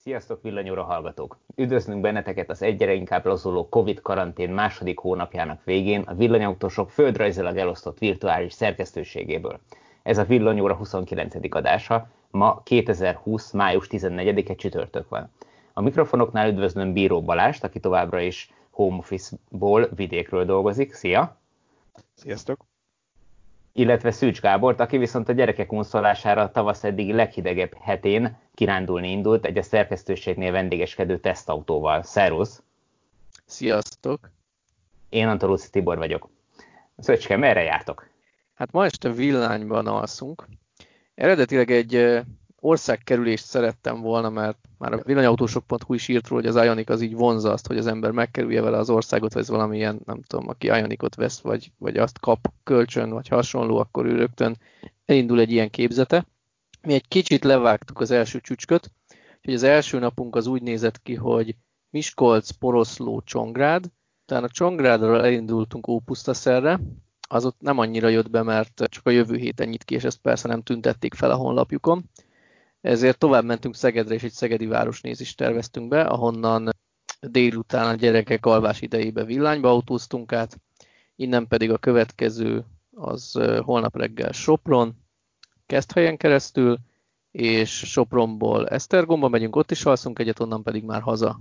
Sziasztok, villanyóra hallgatók! Üdvözlünk benneteket az egyre inkább lazuló Covid karantén második hónapjának végén a villanyautósok földrajzilag elosztott virtuális szerkesztőségéből. Ez a Villanyóra 29. adása, ma 2020. május 14-e csütörtök van. A mikrofonoknál üdvözlöm Bíró Balást, aki továbbra is home office-ból vidékről dolgozik. Szia! Sziasztok! Illetve Szűcs Gábort, aki viszont a gyerekek unszolására tavasz eddigi leghidegebb hetén kirándulni indult egy a szerkesztőségnél vendégeskedő tesztautóval. Szervusz! Sziasztok! Én Antalóci Tibor vagyok. Szöcske, merre jártok? Hát ma este Villányban alszunk. Eredetileg egy országkerülést szerettem volna, mert már a villanyautósok.hu is írt róla, hogy az Ioniq az így vonzza azt, hogy az ember megkerülje vele az országot, vagy ez valamilyen, nem tudom, aki Ioniqot vesz, vagy azt kap kölcsön, vagy hasonló, akkor ő rögtön elindul egy ilyen képzete. Mi egy kicsit levágtuk az első csücsköt, úgyhogy az első napunk az úgy nézett ki, hogy Miskolc, Poroszló, Csongrád, utána Csongrádról elindultunk Ópusztaszerre, az ott nem annyira jött be, mert csak a jövő héten nyit ki, és ezt persze nem tüntették fel a honlapjukon. Ezért tovább mentünk Szegedre, és egy szegedi városnézést terveztünk be, ahonnan délután a gyerekek alvás idejébe Villányba autóztunk át, innen pedig a következő az holnap reggel Sopron, Keszthelyen keresztül, és Sopronból Esztergomba megyünk, ott is alszunk egyet, onnan pedig már haza.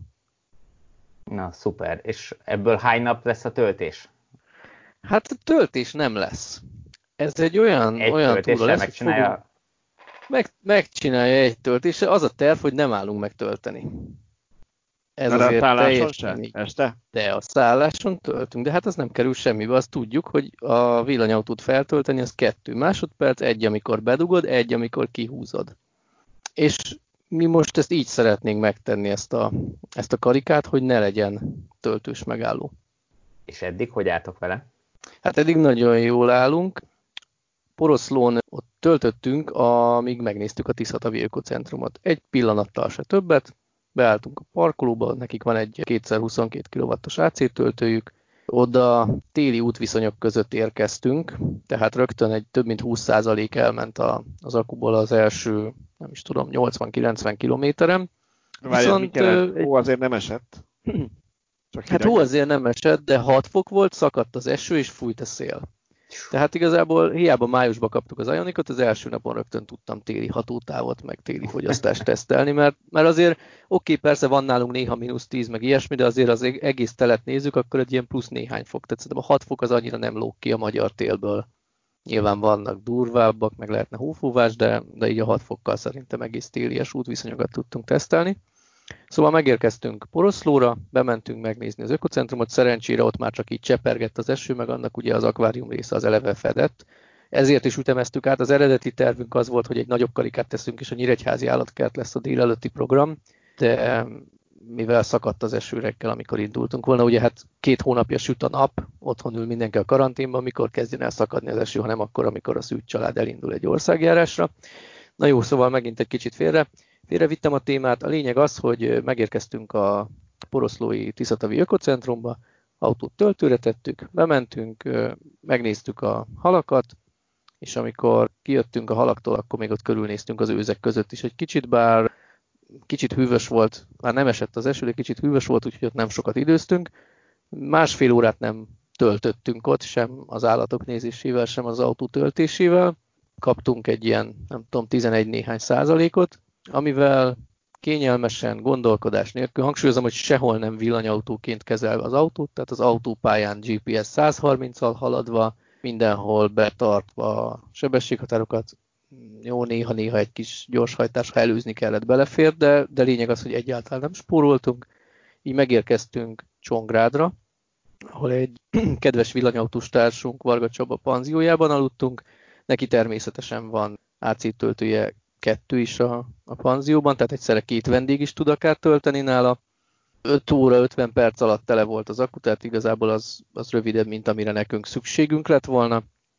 Na, szuper. És ebből hány nap lesz a töltés? Hát a töltés nem lesz. Ez egy olyan túra lesz, megcsinálja. Megcsinálja egy töltése. Az a terv, hogy nem állunk megtölteni. Ez de azért a szálláson sem? Este? De a szálláson töltünk, de hát az nem kerül semmibe. Azt tudjuk, hogy a villanyautót feltölteni az 2 másodperc, 1 amikor bedugod, 1 amikor kihúzod. És mi most ezt így szeretnénk megtenni, ezt a karikát, hogy ne legyen töltős megálló. És eddig hogy álltok vele? Hát eddig nagyon jól állunk. Poroszlón ott töltöttünk, amíg megnéztük a Tiszatavi Ökocentrumot. Egy pillanattal se többet, beálltunk a parkolóba, nekik van egy 2x22 kW-os AC töltőjük, oda téli útviszonyok között érkeztünk, tehát rögtön egy több mint 20% elment az akuból az első, nem is tudom, 80-90 kilométerem. Hó azért nem esett? Hát hó azért nem esett, de 6 fok volt, szakadt az eső és fújt a szél. Tehát igazából hiába májusban kaptuk az Ioniqot, az első napon rögtön tudtam téli hatótávot, meg téli fogyasztást tesztelni, mert azért oké, persze van nálunk néha -10, meg ilyesmi, de azért az egész telet nézzük, akkor egy ilyen plusz néhány fok. Tehát szerintem a 6 fok az annyira nem lóg ki a magyar télből. Nyilván vannak durvábbak, meg lehetne hófúvás, de így a 6 fokkal szerintem egész télies útviszonyokat tudtunk tesztelni. Szóval megérkeztünk Poroszlóra, bementünk megnézni az ökocentrumot, szerencsére ott már csak így csepergett az eső, meg annak ugye az akvárium része az eleve fedett. Ezért is ütemeztük át, az eredeti tervünk az volt, hogy egy nagyobb karikát teszünk, és a Nyíregyházi állatkert lesz a délelőtti program, de mivel szakadt az eső reggel, amikor indultunk volna, ugye hát 2 hónapja süt a nap, otthon ül mindenki a karanténban, mikor kezdjen el szakadni az eső, hanem akkor, amikor a Szűcs család elindul egy országjárásra. Na jó, szóval megint egy kicsit félrevittem a témát. A lényeg az, hogy megérkeztünk a poroszlói Tiszatavi Ökocentrumba, autót töltőre tettük, bementünk, megnéztük a halakat, és amikor kijöttünk a halaktól, akkor még ott körülnéztünk az őzek között is egy kicsit, bár kicsit hűvös volt, már nem esett az eső, de kicsit hűvös volt, úgyhogy ott nem sokat időztünk. 1,5 órát nem töltöttünk ott, sem az állatok nézésével, sem az autó töltésével. Kaptunk egy ilyen, nem tudom, 11 néhány százalékot, amivel kényelmesen, gondolkodás nélkül, hangsúlyozom, hogy sehol nem villanyautóként kezelve az autót, tehát az autópályán GPS 130-al haladva, mindenhol betartva a sebességhatárokat, jó, néha egy kis gyorshajtás, ha előzni kellett, belefér, de lényeg az, hogy egyáltalán nem spóroltunk. Így megérkeztünk Csongrádra, ahol egy kedves villanyautós társunk Varga Csaba panziójában aludtunk, neki természetesen van AC töltője, 2 is a panzióban, tehát egyszerre 2 vendég is tud akár tölteni nála. 5 óra 50 perc alatt tele volt az akku, tehát igazából az rövidebb, mint amire nekünk szükségünk lett volna.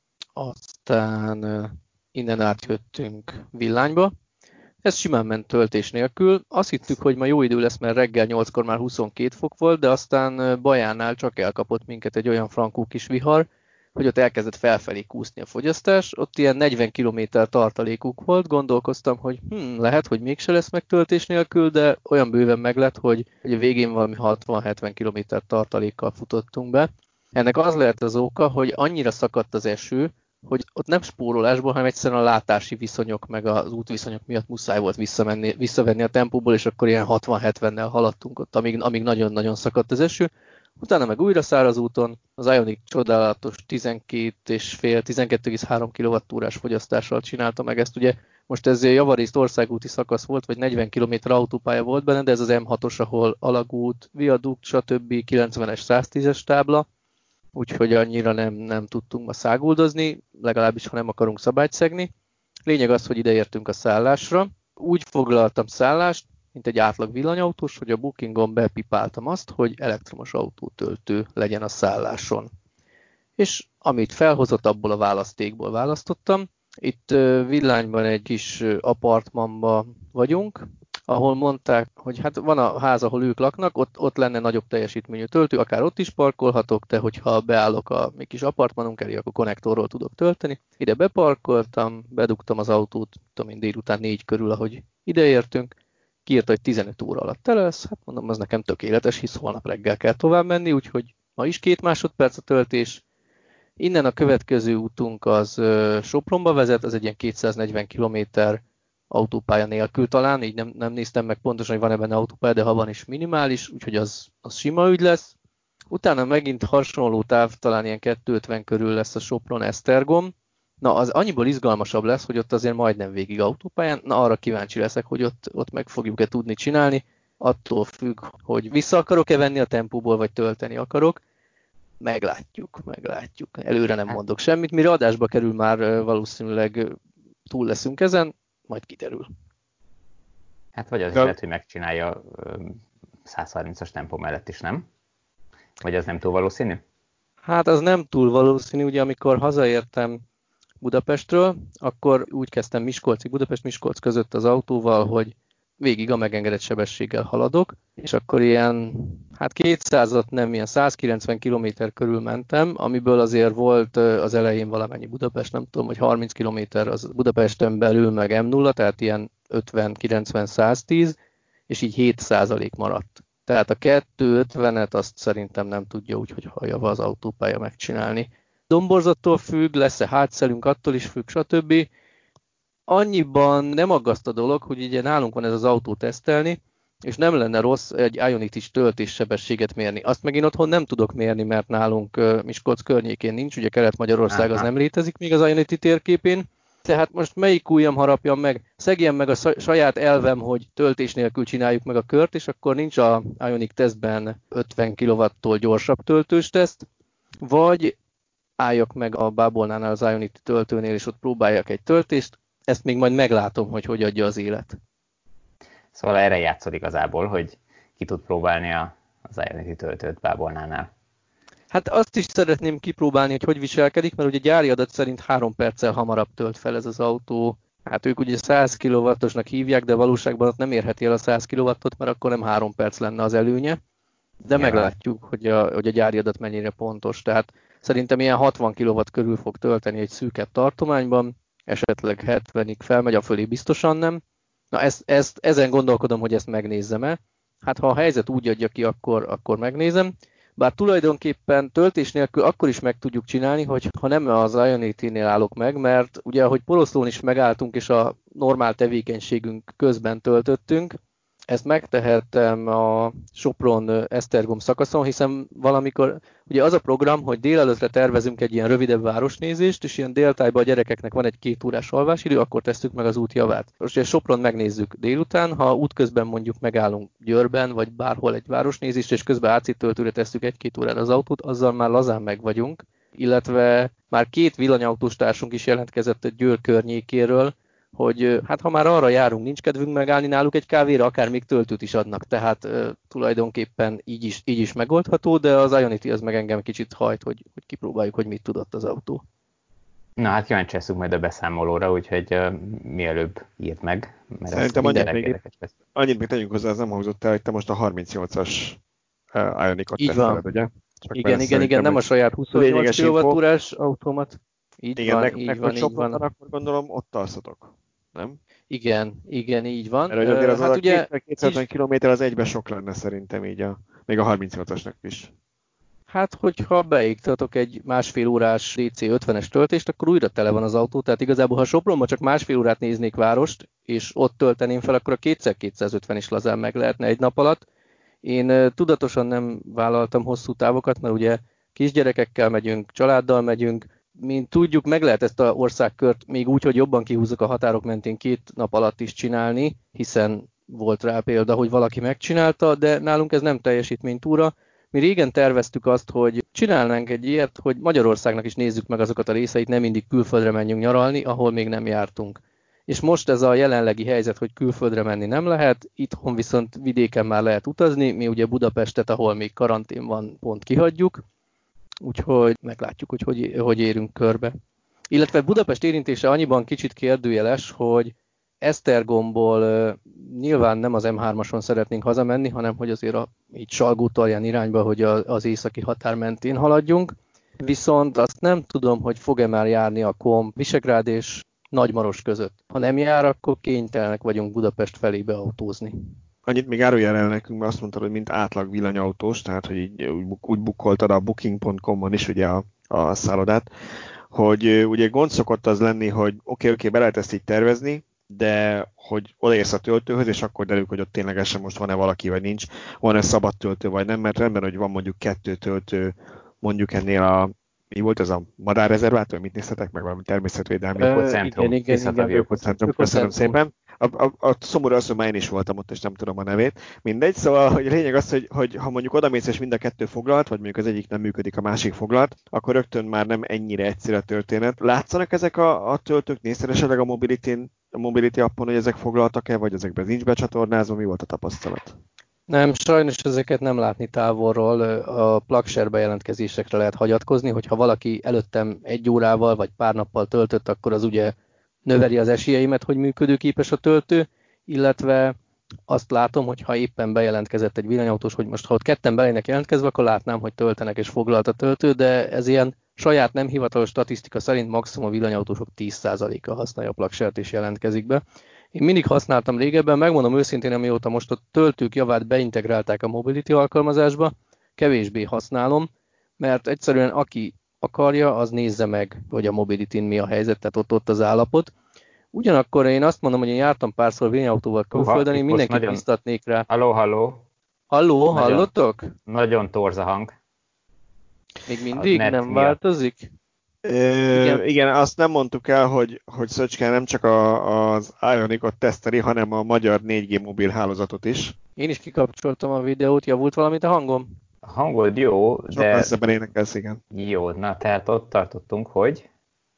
Aztán innen átjöttünk Villányba. Ez simán ment töltés nélkül. Azt hittük, hogy ma jó idő lesz, mert reggel 8-kor már 22 fok volt, de aztán Bajánál csak elkapott minket egy olyan frankó kis vihar, hogy ott elkezdett felfelé kúszni a fogyasztás, ott ilyen 40 km tartalékuk volt, gondolkoztam, hogy lehet, hogy mégse lesz megtöltés nélkül, de olyan bőven meg lett, hogy a végén valami 60-70 km tartalékkal futottunk be. Ennek az lehet az oka, hogy annyira szakadt az eső, hogy ott nem spórolásból, hanem egyszerűen a látási viszonyok, meg az útviszonyok miatt muszáj volt visszavenni a tempóból, és akkor ilyen 60-70-nel haladtunk ott, amíg nagyon-nagyon szakadt az eső. Utána meg újra száraz úton, az Ioniq csodálatos 12,5-12,3 kWh-s fogyasztással csinálta meg ezt. Ugye most ez javarészt országúti szakasz volt, vagy 40 km autópálya volt benne, de ez az M6-os, ahol alagút, viadukt, stb. 90-es, 110-es tábla, úgyhogy annyira nem tudtunk ma száguldozni, legalábbis ha nem akarunk szabályt szegni. Lényeg az, hogy ideértünk a szállásra. Úgy foglaltam szállást, mint egy átlag villanyautós, hogy a Bookingon bepipáltam azt, hogy elektromos autótöltő legyen a szálláson. És amit felhozott, abból a választékból választottam. Itt Villányban egy kis apartmanban vagyunk, ahol mondták, hogy hát van a ház, ahol ők laknak, ott lenne nagyobb teljesítményű töltő, akár ott is parkolhatok, de hogyha beállok a mi kis apartmanunk elé, akkor konnektorról tudok tölteni. Ide beparkoltam, bedugtam az autót, tudom én, délután 4 körül, ahogy ideértünk, kiírta, hogy 15 óra alatt tele lesz, hát mondom, az nekem tökéletes, hisz holnap reggel kell tovább menni, úgyhogy ma is 2 másodperc a töltés. Innen a következő útunk az Sopronba vezet, az egy ilyen 240 km autópálya nélkül talán, így nem néztem meg pontosan, hogy van-e benne autópálya, de ha van is minimális, úgyhogy az sima ügy lesz. Utána megint hasonló táv, talán ilyen 250 körül lesz a Sopron-Esztergom. Na, az annyiból izgalmasabb lesz, hogy ott azért majdnem végig autópályán. Na, arra kíváncsi leszek, hogy ott meg fogjuk-e tudni csinálni. Attól függ, hogy vissza akarok-e venni a tempóból, vagy tölteni akarok. Meglátjuk. Előre nem mondok semmit. Mire adásba kerül, már valószínűleg túl leszünk ezen, majd kiderül. Hát vagy az is lehet, hogy megcsinálja 130-as tempó mellett is, nem? Vagy az nem túl valószínű? Hát az nem túl valószínű, ugye amikor hazaértem Budapestről, akkor úgy kezdtem Budapest-Miskolc között az autóval, hogy végig a megengedett sebességgel haladok, és akkor ilyen, hát 200-at nem, ilyen 190 km körül mentem, amiből azért volt az elején valamennyi Budapest, nem tudom, hogy 30 km az Budapesten belül meg M0, tehát ilyen 50-90-110, és így 7% maradt. Tehát a 250-et azt szerintem nem tudja úgy, hogy hallja az autópálya megcsinálni. Domborzattól függ, lesz-e hátszelünk, attól is függ, stb. Annyiban nem aggaszt a dolog, hogy ugye nálunk van ez az autó tesztelni, és nem lenne rossz egy Ionity-s töltéssebességet mérni. Azt meg én otthon nem tudok mérni, mert nálunk Miskolc környékén nincs, ugye Kelet-Magyarország az nem létezik még az Ionity térképén. Tehát most melyik ujjam harapjam meg, szegjem meg a saját elvem, hogy töltés nélkül csináljuk meg a kört, és akkor nincs a Ioniq tesztben 50 kW-tól gyorsabb töltős teszt, vagy álljak meg a Bábolnánál az Ionity töltőnél, és ott próbáljak egy töltést, ezt még majd meglátom, hogy adja az élet. Szóval erre játszol igazából, hogy ki tud próbálni az Ionity töltőt Bábolnánál. Hát azt is szeretném kipróbálni, hogy viselkedik, mert ugye gyári adat szerint 3 perccel hamarabb tölt fel ez az autó. Hát ők ugye 100 kW-osnak hívják, de valóságban ott nem érheti el a 100 kW-ot, mert akkor nem 3 perc lenne az előnye. De meglátjuk, hogy a gyári adat mennyire pontos. Tehát szerintem ilyen 60 kW körül fog tölteni egy szűkebb tartományban, esetleg 70-ig felmegy, a fölé biztosan nem. Na ezen gondolkodom, hogy ezt megnézzem-e. Hát ha a helyzet úgy adja ki, akkor megnézem. Bár tulajdonképpen töltés nélkül akkor is meg tudjuk csinálni, hogy ha nem az Ionity-nél állok meg, mert ugye ahogy Poroszlón is megálltunk, és a normál tevékenységünk közben töltöttünk, ezt megtehettem a Sopron-Esztergom szakaszon, hiszen valamikor, ugye az a program, hogy délelőttre tervezünk egy ilyen rövidebb városnézést, és ilyen déltájban a gyerekeknek van egy 2 órás alvásidő, akkor tesszük meg az útjavát. Most ugye Sopron megnézzük délután, ha útközben mondjuk megállunk Győrben, vagy bárhol egy városnézést, és közben AC töltőre tesszük 1-2 órára az autót, azzal már lazán meg vagyunk, illetve már 2 villanyautós társunk is jelentkezett a Győr környékéről, hogy hát ha már arra járunk, nincs kedvünk megállni náluk egy kávéra, akár még töltőt is adnak, tehát tulajdonképpen így is megoldható, de az Ionity az meg engem kicsit hajt, hogy kipróbáljuk, hogy mit tudott az autó. Na hát kíváncsi leszünk majd a beszámolóra, úgyhogy mielőbb írd meg. Mert szerintem annyit még tegyünk hozzá, az nem hangzott el, hogy te most a 38-as Ioniqot teszteled, ugye? Igen, nem a saját 28 kWh-s automat. Így van. Akkor gondolom ott alszatok, nem? Igen, így van. Mert azért az hát ugye 250 km az egybe sok lenne szerintem így még a 38-asnak is. Hát, hogyha beiktatok egy másfél órás DC50-es töltést, akkor újra tele van az autó, tehát igazából, ha Sopronban csak másfél órát néznék várost, és ott tölteném fel, akkor a 2x250 is lazán meg lehetne egy nap alatt. Én tudatosan nem vállaltam hosszú távokat, mert ugye kisgyerekekkel megyünk, családdal megyünk, mint tudjuk, meg lehet ezt az országkört még úgy, hogy jobban kihúzzuk a határok mentén 2 nap alatt is csinálni, hiszen volt rá példa, hogy valaki megcsinálta, de nálunk ez nem teljesítménytúra. Mi régen terveztük azt, hogy csinálnánk egy ilyet, hogy Magyarországnak is nézzük meg azokat a részeit, nem mindig külföldre menjünk nyaralni, ahol még nem jártunk. És most ez a jelenlegi helyzet, hogy külföldre menni nem lehet, itthon viszont vidéken már lehet utazni, mi ugye Budapestet, ahol még karantén van, pont kihagyjuk, úgyhogy meglátjuk, hogy érünk körbe. Illetve Budapest érintése annyiban kicsit kérdőjeles, hogy Esztergomból nyilván nem az M3-ason szeretnénk hazamenni, hanem hogy azért így Salgótarján irányba, hogy az északi határ mentén haladjunk. Viszont azt nem tudom, hogy fog-e már járni a Komp Visegrád és Nagymaros között. Ha nem jár, akkor kénytelenek vagyunk Budapest felé beautózni. Annyit még áruljára el nekünk, mert azt mondtad, hogy mint átlag villanyautós, tehát hogy így, úgy bukkoltad a booking.com-on is ugye a szállodát, hogy ugye gond szokott az lenni, hogy oké, be lehet ezt így tervezni, de hogy odaérsz a töltőhöz, és akkor derül, hogy ott ténylegesen most van-e valaki, vagy nincs, van-e szabad töltő, vagy nem, mert rendben, hogy van mondjuk 2 töltő, mondjuk ennél mi volt ez a madárrezervátor, mit néztetek meg, valami természetvédelmi ökocentrum. Igen, köszönöm szépen. A szomorú az, hogy már én is voltam ott, és nem tudom a nevét. Mindegy, szóval hogy a lényeg az, hogy ha mondjuk odamész, és mind a 2 foglalt, vagy mondjuk az egyik nem működik, a másik foglalt, akkor rögtön már nem ennyire egyszerű a történet. Látszanak ezek a töltők? Nézted esetleg a Mobility appon, hogy ezek foglaltak-e, vagy ezekben nincs becsatornázva? Mi volt a tapasztalat? Nem, sajnos ezeket nem látni távolról. A PlugShare bejelentkezésekre lehet hagyatkozni, hogyha valaki előttem 1 órával vagy pár nappal töltött, akkor az ugye növeli az esélyeimet, hogy működőképes a töltő, illetve azt látom, hogy ha éppen bejelentkezett egy villanyautós, hogy most ha ott 2 belének jelentkezve, akkor látnám, hogy töltenek és foglalt a töltő, de ez ilyen saját nem hivatalos statisztika szerint maximum a villanyautósok 10%-a használja a PlugShare-t és jelentkezik be. Én mindig használtam régebben, megmondom őszintén, amióta most a töltők javát beintegrálták a Mobility alkalmazásba, kevésbé használom, mert egyszerűen aki akarja, az nézze meg, hogy a Mobilityn mi a helyzet, tehát ott az állapot. Ugyanakkor én azt mondom, hogy én jártam párszor villanyautóval külföldön, én mindenkit nagyon... biztatnék rá. Halló, hallottok? Nagyon torz a hang. Még mindig nem változik? Igen, azt nem mondtuk el, hogy Szöcske nem csak az Ionicot teszteli, hanem a magyar 4G mobil hálózatot is. Én is kikapcsoltam a videót, javult valamit a hangom? A hangod jó, de... Sokkal szebben énekelsz, igen. Jó, na tehát ott tartottunk, hogy...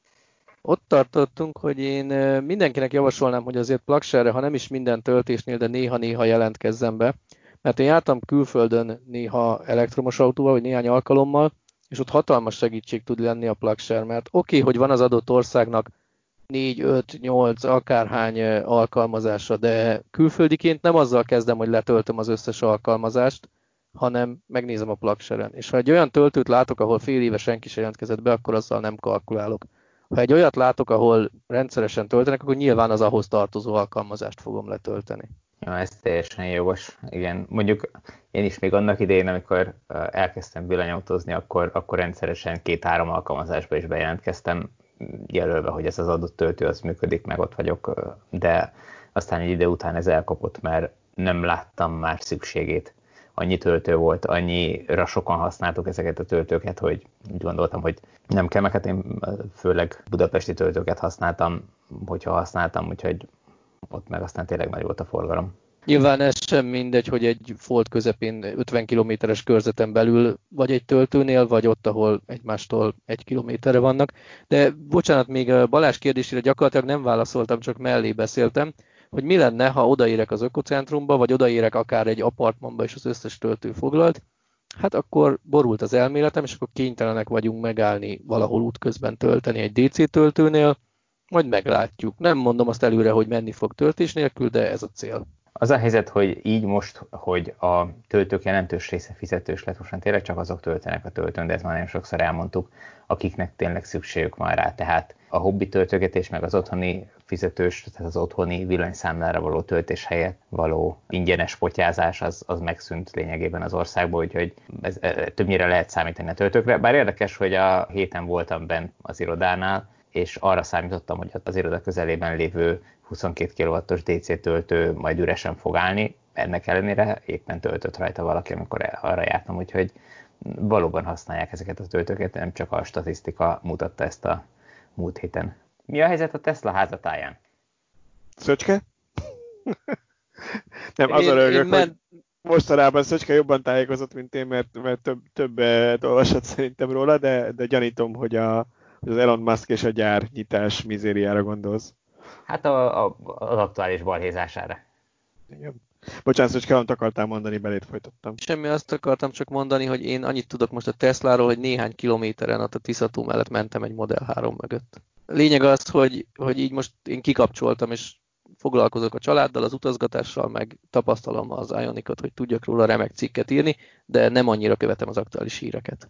Ott tartottunk, hogy én mindenkinek javasolnám, hogy azért PlugShare-re, ha nem is minden töltésnél, de néha-néha jelentkezzem be. Mert én jártam külföldön néha elektromos autóval, vagy néhány alkalommal, és ott hatalmas segítség tud lenni a PlugShare, mert oké, hogy van az adott országnak 4, 5, 8, akárhány alkalmazása, de külföldiként nem azzal kezdem, hogy letöltöm az összes alkalmazást, hanem megnézem a PlugShare-en. És ha egy olyan töltőt látok, ahol fél éve senki sem jelentkezett be, akkor azzal nem kalkulálok. Ha egy olyat látok, ahol rendszeresen töltenek, akkor nyilván az ahhoz tartozó alkalmazást fogom letölteni. Ja, ez teljesen jogos. Igen, mondjuk én is még annak idején, amikor elkezdtem villanyautózni, akkor rendszeresen 2-3 alkalmazásba is bejelentkeztem, jelölve, hogy ez az adott töltő, az működik, meg ott vagyok, de aztán egy idő után ez elkapott, mert nem láttam már szükségét. Annyi töltő volt, annyira sokan használtuk ezeket a töltőket, hogy úgy gondoltam, hogy nem kell, mert én főleg budapesti töltőket használtam, úgyhogy ott meg aztán tényleg nagy volt a forgalom. Nyilván ez sem mindegy, hogy egy folt közepén 50 kilométeres körzeten belül vagy egy töltőnél, vagy ott, ahol egymástól 1 kilométerre vannak. De bocsánat, még Balázs kérdésére gyakorlatilag nem válaszoltam, csak mellé beszéltem, hogy mi lenne, ha odaérek az ökocentrumba, vagy odaérek akár egy apartmanba, és az összes töltő foglalt. Hát akkor borult az elméletem, és akkor kénytelenek vagyunk megállni valahol útközben tölteni egy DC töltőnél, majd meglátjuk. Nem mondom azt előre, hogy menni fog töltés nélkül, de ez a cél. Az a helyzet, hogy így most, hogy a töltők jelentős része fizetős lett, most tényleg csak azok töltenek a töltőn, de ezt már nagyon sokszor elmondtuk, akiknek tényleg szükségük van rá. Tehát a hobbi töltögetés, meg az otthoni fizetős, tehát az otthoni villanyszámlára való töltés helyett való ingyenes potyázás, az megszűnt lényegében az országból, úgyhogy ez többnyire lehet számítani a töltőkre. Bár érdekes, hogy a héten voltam bent az irodánál, és arra számítottam, hogy az iroda közelében lévő 22 kW-os DC töltő majd üresen fog állni, ennek ellenére éppen töltött rajta valaki, amikor arra jártam, úgyhogy valóban használják ezeket a töltőket, nem csak a statisztika mutatta ezt a múlt héten. Mi a helyzet a Tesla házatáján? Szöcske? Nem, az a rögök, hogy mostanában Szöcske jobban tájékozott, mint én, mert többet olvasott szerintem róla, de gyanítom, hogy az Elon Musk és a gyárnyitás mizériára gondolsz. Hát az aktuális balhézására. Igen. Bocsánat, hogy kellett akartál mondani, belét folytattam. Semmi, azt akartam csak mondani, hogy én annyit tudok most a Tesláról, hogy néhány kilométeren ott a Tiszató mellett mentem egy Model 3 mögött. Lényeg az, hogy így most én kikapcsoltam, és foglalkozok a családdal, az utazgatással, meg tapasztalom az Ionicot, hogy tudjak róla remek cikket írni, de nem annyira követem az aktuális híreket.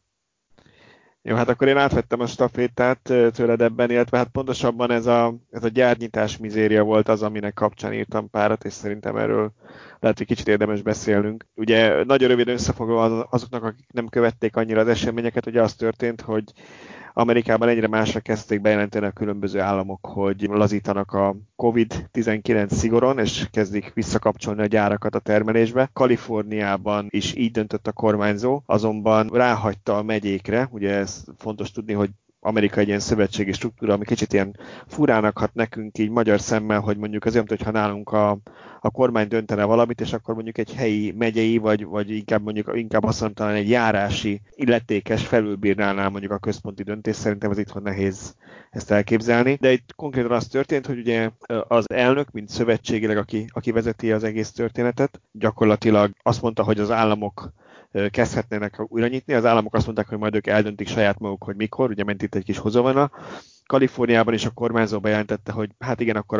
Jó, hát akkor én átvettem a stafétát tőled ebben, illetve hát pontosabban ez a gyárnyitás mizéria volt az, aminek kapcsán írtam párat, és szerintem erről lehet, hogy kicsit érdemes beszélnünk. Ugye nagyon röviden összefoglalva azoknak, akik nem követték annyira az eseményeket, ugye az történt, hogy Amerikában egyre másra kezdték bejelenteni a különböző államok, hogy lazítanak a COVID-19 szigoron, és kezdik visszakapcsolni a gyárakat a termelésbe. Kaliforniában is így döntött a kormányzó, azonban ráhagyta a megyékre, ugye ez fontos tudni, hogy Amerika egy ilyen szövetségi struktúra, ami kicsit ilyen furának hat nekünk így magyar szemmel, hogy mondjuk azért, hogyha nálunk a kormány döntene valamit, és akkor mondjuk egy helyi megyei, vagy inkább azt mondom, talán egy járási illetékes felülbírnálná mondjuk a központi döntés. Szerintem ez itthon nehéz ezt elképzelni. De itt konkrétan az történt, hogy ugye az elnök, mint szövetségileg, aki vezeti az egész történetet, gyakorlatilag azt mondta, hogy az államok kezdhetnének újra nyitni. Az államok azt mondták, hogy majd ők eldöntik saját maguk, hogy mikor, ugye ment itt egy kis hozavona. Kaliforniában is a kormányzó bejelentette, hogy hát igen, akkor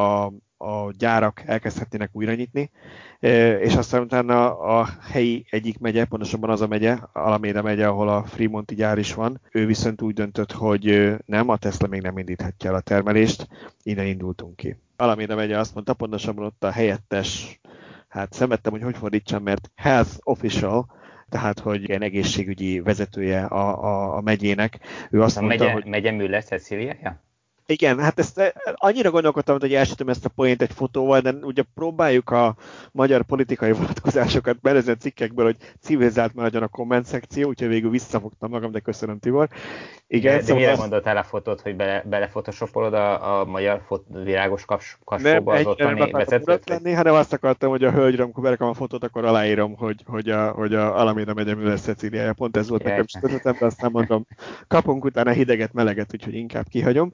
a gyárak elkezdhetnének újra nyitni, és aztán utána a helyi egyik megye, pontosabban az a megye, Alameda megye, ahol a Fremonti gyár is van, ő viszont úgy döntött, hogy nem, a Tesla még nem indíthatja el a termelést, innen indultunk ki. Alameda megye azt mondta, pontosabban ott a helyettes, hát szenvedtem, hogy fordítsam, mert health official, tehát hogy ilyen egészségügyi vezetője a megyének. Ő azt mondta, hogy... Megye Müller Ceciliája? Igen, hát ezt annyira gondolkodtam, hogy elsütöm ezt a poént egy fotóval, de ugye próbáljuk a magyar politikai vonatkozásokat belezni a cikkekből, hogy civilizált maradjon a komment szekció, úgyhogy végül visszafogtam magam, de köszönöm, Tibor. Igen, de mire gondoltál a fotót, hogy belefotoshopolod a magyar virágos kasfóba az ottani vezetőt? Nem, hanem azt akartam, hogy a hölgyre, amikor berakom a fotót, akkor aláírom, hogy a Alameda megye Müller Ceciliája. Pont ez volt nekem is közöttem, de aztán mondom, kapunk utána hideget, meleget, úgyhogy inkább kihagyom.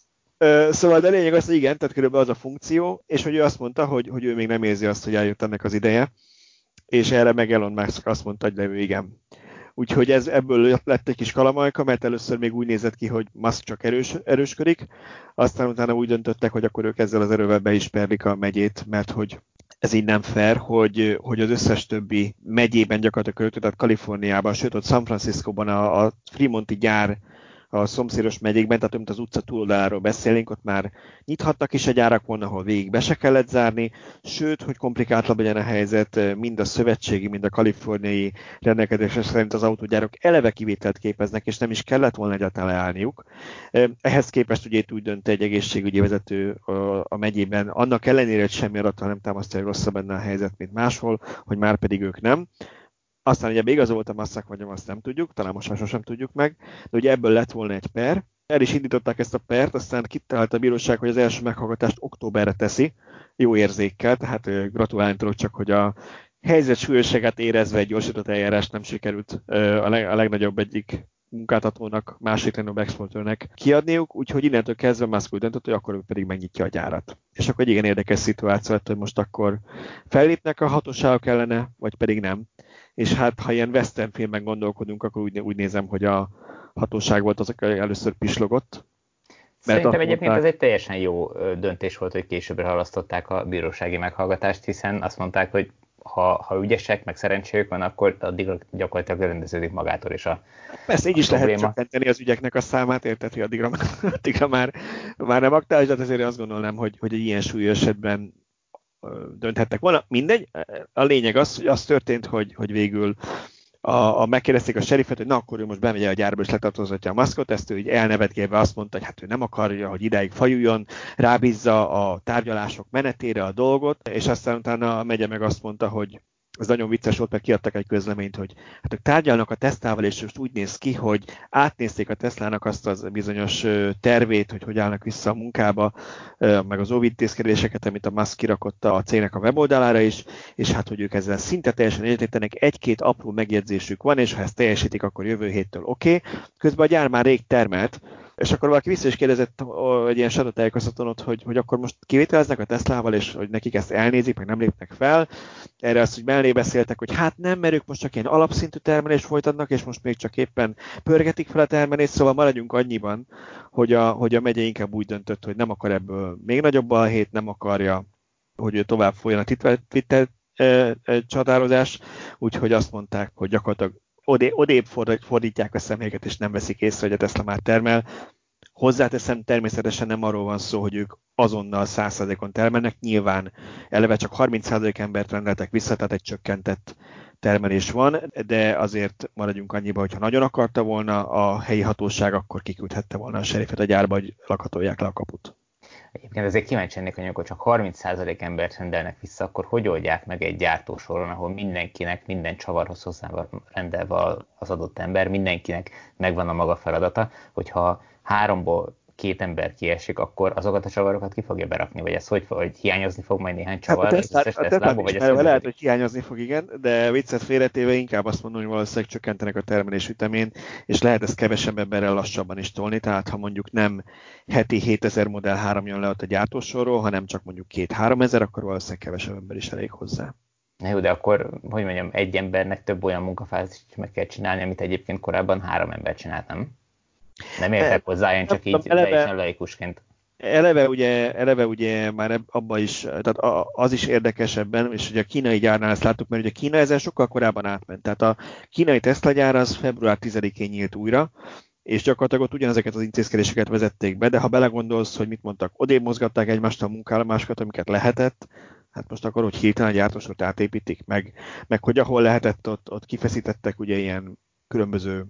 Szóval de lényeg az, hogy igen, tehát körülbelül az a funkció, és hogy ő azt mondta, hogy ő még nem érzi azt, hogy eljött ennek az ideje, és erre meg Elon Musk azt mondta, hogy ő igen. Úgyhogy ebből lett egy kis kalamajka, mert először még úgy nézett ki, hogy Musk csak erősködik, aztán utána úgy döntöttek, hogy akkor ők ezzel az erővel be is perlik a megyét, mert hogy ez így nem fair, hogy az összes többi megyében gyakorlatilag tehát Kaliforniában, sőt ott San Franciscóban a Fremonti gyár a szomszédos megyékben, tehát mint az utca túloldaláról beszélünk, ott már nyithattak is a gyárak volna, ahol végig be se kellett zárni, sőt, hogy komplikáltabb legyen a helyzet, mind a szövetségi, mind a kaliforniai rendelkezések szerint az autógyárok eleve kivételt képeznek, és nem is kellett volna egyáltalán leállniuk. Ehhez képest ugye úgy dönt egy egészségügyi vezető a megyében, annak ellenére, hogy semmi adattal nem támasztja, hogy rosszabb benne a helyzet, mint máshol, hogy már pedig ők nem. Aztán ugye igazolta Musk, vagy azt nem tudjuk, talán most már sosem tudjuk meg, de ugye ebből lett volna egy per. El is indították ezt a pert, aztán kitalált a bíróság, hogy az első meghallgatást októberre teszi, jó érzékkel, tehát gratulálni tudok csak, hogy a helyzet súlyosságát érezve egy gyorsított eljárást nem sikerült a legnagyobb egyik munkáltatónak, másik legnagyobb exportőrnek kiadniuk, úgyhogy innentől kezdve Musk úgy döntött, hogy akkor ő pedig megnyitja a gyárat. És akkor egy igen érdekes szituáció lett, hogy most akkor fellépnek a hatóságok ellene, vagy pedig nem. És hát, ha ilyen western filmben gondolkodunk, akkor úgy nézem, hogy a hatóság volt az, aki először pislogott. Szerintem egyébként ez egy teljesen jó döntés volt, hogy későbbre halasztották a bírósági meghallgatást, hiszen azt mondták, hogy ha ügyesek, meg szerencséjük van, akkor addig gyakorlatilag rendeződik magától is a Persze, így is probléma. lehet csökkenteni az ügyeknek a számát, érted, hogy addigra már nem aktuális, de azért azt gondolnám, hogy egy ilyen súlyos esetben dönthettek volna. Mindegy, a lényeg az, hogy az történt, hogy végül megkérdezték a serifet, hogy na akkor ő most bemegy a gyárba és letartóztatja a maszkot, ezt ő így elnevetgélve azt mondta, hogy hát ő nem akarja, hogy idáig fajuljon, rábízza a tárgyalások menetére a dolgot, és aztán utána a megye meg azt mondta, hogy ez nagyon vicces volt, mert kiadtak egy közleményt, hogy hát ők tárgyalnak a Teslával, és most úgy néz ki, hogy átnézték a Teslának azt az bizonyos tervét, hogy állnak vissza a munkába, meg az óvintézkedéseket, amit a Musk kirakott a cégnek a weboldalára is, és hát, hogy ők ezzel szinte teljesen egyetértenek, egy-két apró megjegyzésük van, és ha ezt teljesítik, akkor jövő héttől oké. Közben a gyár már rég termelt, és akkor valaki vissza is kérdezett egy ilyen sajtótájékoztatón ott, hogy akkor most kivételeznek a Teslával, és hogy nekik ezt elnézik, meg nem lépnek fel. Erre azt, hogy mellé beszéltek, hogy hát nem, mert ők most csak ilyen alapszintű termelést folytatnak, és most még csak éppen pörgetik fel a termelést, szóval maradjunk annyiban, hogy a megye inkább úgy döntött, hogy nem akar ebből még nagyobb balhét, nem akarja, hogy tovább folyjon a Twitter csatározás, úgyhogy azt mondták, hogy gyakorlatilag odébb fordítják a személyeket, és nem veszik észre, hogy a Tesla már termel. Hozzáteszem, természetesen nem arról van szó, hogy ők azonnal 100%-on termelnek, nyilván eleve csak 30% embert rendeltek vissza, tehát egy csökkentett termelés van, de azért maradjunk annyiba, hogyha nagyon akarta volna a helyi hatóság, akkor kiküldhette volna a serifet a gyárba, hogy lakatolják le a kaput. Egyébként azért kíváncsi lennék, hogy amikor csak 30% embert rendelnek vissza, akkor hogy oldják meg egy gyártósoron, ahol mindenkinek, minden csavarhoz hozzá van rendelve az adott ember, mindenkinek megvan a maga feladata, hogyha 3-ból 2 ember kiesik, akkor azokat a csavarokat ki fogja berakni, vagy ez hogy hiányozni fog majd néhány csavar az összes Teslából, vagy ez lehet, hogy hiányozni fog, igen, de viccet félretéve inkább azt mondom, hogy valószínűleg csökkentenek a termelés ütemén, és lehet ezt kevesebb emberrel lassabban is tolni, tehát ha mondjuk nem heti 7000 Model 3 jön le ott a gyártósorról, hanem csak mondjuk 2-3 ezer, akkor valószínűleg kevesebb ember is elég hozzá. Na jó, de akkor, hogy mondjam, egy embernek több olyan munkafázist meg kell csinálni, amit egyébként korábban 3 ember csinált, nem? Nem értek hozzá, én csak így teljesen laikusként. Eleve ugye már abban is, tehát az is érdekesebben, és ugye a kínai gyárnál ezt láttuk, mert ugye Kína ezen sokkal korábban átment. Tehát a kínai Tesla gyár az február 10-én nyílt újra, és gyakorlatilag ott ugyanezeket az intézkedéseket vezették be, de ha belegondolsz, hogy mit mondtak, odébb mozgatták egymást a munkállomásokat, amiket lehetett, hát most akkor, hogy hirtelen a gyártósort átépítik, meg hogy ahol lehetett, ott kifeszítettek ugye ilyen különböző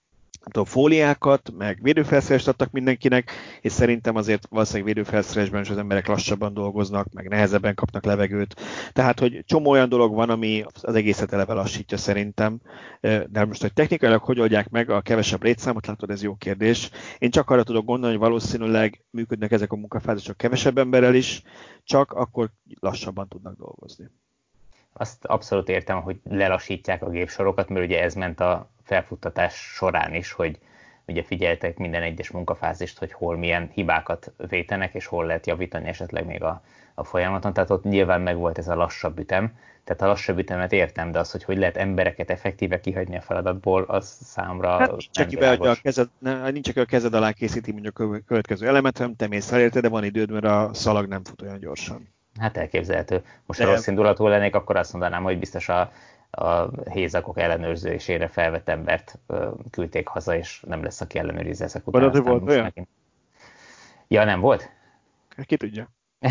fóliákat, meg védőfelszerelést adtak mindenkinek, és szerintem azért valószínűleg védőfelszerelésben is az emberek lassabban dolgoznak, meg nehezebben kapnak levegőt. Tehát, hogy csomó olyan dolog van, ami az egészet eleve lassítja szerintem. De most, hogy technikailag hogy oldják meg a kevesebb létszámot, látod, ez jó kérdés. Én csak arra tudok gondolni, hogy valószínűleg működnek ezek a munkafázisok kevesebb emberrel is, csak akkor lassabban tudnak dolgozni. Azt abszolút értem, hogy lelassítják a gépsorokat, mert ugye ez ment a felfuttatás során is, hogy ugye figyeltek minden egyes munkafázist, hogy hol milyen hibákat vétenek, és hol lehet javítani esetleg még a folyamaton. Tehát ott nyilván megvolt ez a lassabb ütem. Tehát a lassabb ütemet értem, de az, hogy lehet embereket effektíve kihagyni a feladatból, az számomra hát nincs, aki a kezed alá készíti mondjuk a következő elemet, hanem te mész elérte, de van időd, mert a szalag nem fut olyan gyorsan. Hát elképzelhető. Most ha rossz indulatú lennék, akkor azt mondanám, hogy biztos a hézakok ellenőrzésére felvett embert küldték haza, és nem lesz, aki ellenőrizze ezek után. Van, volt olyan? Megint... Ja, nem volt? Ki tudja.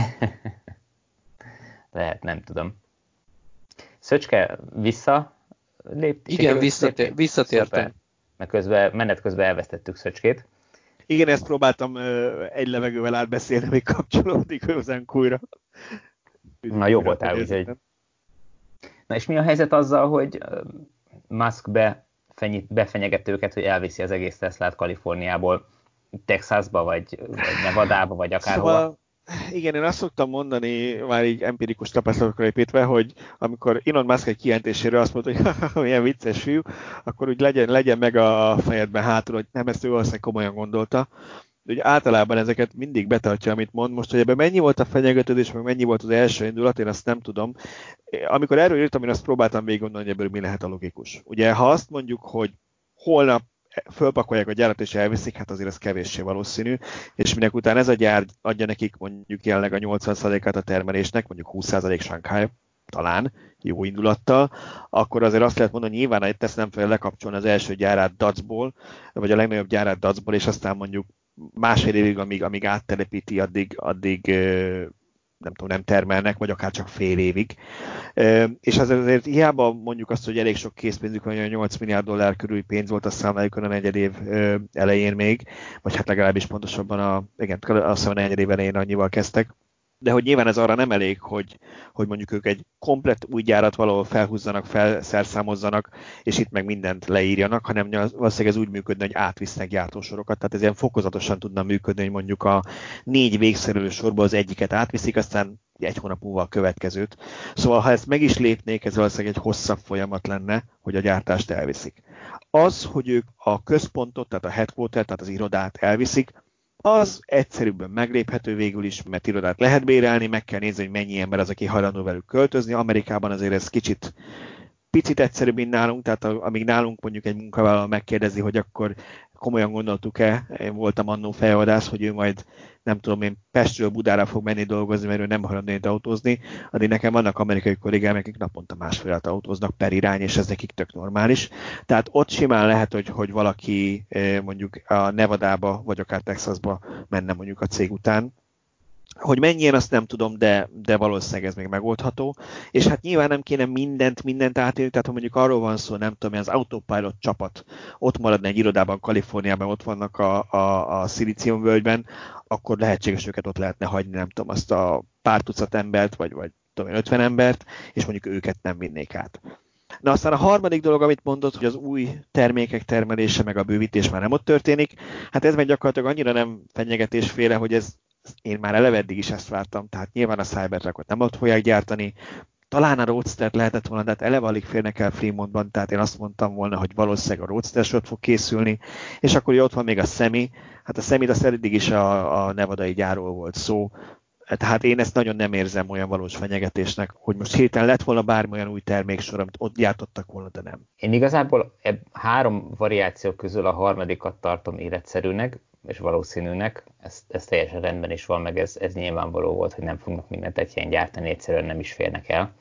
Lehet, nem tudom. Szöcske visszalépett? Igen, visszatértem. Mert menet közben elvesztettük Szöcskét. Igen, ezt próbáltam egy levegővel átbeszélni, hogy kapcsolódik hozzánk újra. Na, jó voltál, úgyhogy... Na, és mi a helyzet azzal, hogy Musk befenyeget őket, hogy elviszi az egész Teslát Kaliforniából Texasba, vagy Nevadába, vagy akárhova? Szóval, igen, én azt szoktam mondani, már így empirikus tapasztalatokra építve, hogy amikor Elon Musk egy kijelentéséről azt mondta, hogy milyen vicces fiú, akkor úgy legyen meg a fejedben hátul, hogy nem, ezt ő valószínűleg komolyan gondolta. De ugye általában ezeket mindig betartja, amit mond. Most, hogy ebben mennyi volt a fenyegetődés, meg mennyi volt az első indulat, én azt nem tudom. Amikor erről írtam, én azt próbáltam végig gondolni, hogy ebből mi lehet a logikus. Ugye, ha azt mondjuk, hogy holnap fölpakolják a gyárat és elviszik, hát azért ez kevéssé valószínű, és minek után ez a gyár adja nekik mondjuk jelenleg a 80%-át a termelésnek, mondjuk 20% Shanghai, talán jó indulattal, akkor azért azt lehet mondani, hogy nyilván itt ezt nem fel lekapcsolni az első gyárát Dacból, vagy a legnagyobb gyárát Dacból, és aztán mondjuk másfél évig, amíg áttelepíti, addig nem tudom, nem termelnek, vagy akár csak fél évig. És azért hiába mondjuk azt, hogy elég sok készpénzük van, hogy 8 milliárd dollár körüli pénz volt a számlájukon a negyed év elején még, vagy hát legalábbis pontosabban a negyed év elején annyival kezdtek. De hogy nyilván ez arra nem elég, hogy mondjuk ők egy komplett új gyárat valahol felhúzzanak, felszerszámozzanak, és itt meg mindent leírjanak, hanem valószínűleg ez úgy működne, hogy átvisznek gyártósorokat. Tehát ez ilyen fokozatosan tudna működni, hogy mondjuk a 4 végszerelő sorból az egyiket átviszik, aztán egy hónap múlva a következőt. Szóval ha ezt meg is lépnék, ez valószínűleg egy hosszabb folyamat lenne, hogy a gyártást elviszik. Az, hogy ők a központot, tehát a headquarter, tehát az irodát elviszik, az egyszerűbben megléphető végül is, mert irodát lehet bérelni, meg kell nézni, hogy mennyi ember az, aki hajlandó velük költözni. Amerikában azért ez picit egyszerűbb, mint nálunk, tehát amíg nálunk mondjuk egy munkavállaló megkérdezi, hogy akkor komolyan gondoltuk-e, én voltam annó fejvadász, hogy ő majd nem tudom én Pestről Budára fog menni dolgozni, mert ő nem hajlandó autózni, addig nekem vannak amerikai kollégám, akik naponta másfélet autóznak per irány, és ez nekik tök normális. Tehát ott simán lehet, hogy valaki mondjuk a Nevadába, vagy akár Texasba menne mondjuk a cég után. Hogy mennyien, azt nem tudom, de valószínűleg ez még megoldható. És hát nyilván nem kéne mindent átélni, tehát ha mondjuk arról van szó, nem tudom, az Autopilot csapat ott maradna egy irodában, Kaliforniában, ott vannak a Szilíciumvölgyben, akkor lehetséges őket ott lehetne hagyni, nem tudom, azt a pár tucat embert, vagy tudom én, 50 embert, és mondjuk őket nem vinnék át. Na aztán a harmadik dolog, amit mondott, hogy az új termékek termelése, meg a bővítés már nem ott történik, hát ez meg gyakorlatilag annyira nem fenyegetésféle, hogy ez én már eleve eddig is ezt vártam, tehát nyilván a Cybertruckot nem ott fogják gyártani, talán a Roadster lehetett volna, de hát eleve alig férnek el Fremontban, tehát én azt mondtam volna, hogy valószínűleg a Roadster sort fog készülni, és akkor ott van még a Semi, hát a Semit azt eddig is a nevadai gyárról volt szó, tehát én ezt nagyon nem érzem olyan valós fenyegetésnek, hogy most héten lett volna bármilyen új terméksor, amit ott gyártottak volna, de nem. Én igazából 3 variáció közül a harmadikat tartom életszerűnek, és valószínűnek, ez teljesen rendben is van, meg ez nyilvánvaló volt, hogy nem fognak mindent egy helyen gyártani, egyszerűen nem is férnek el.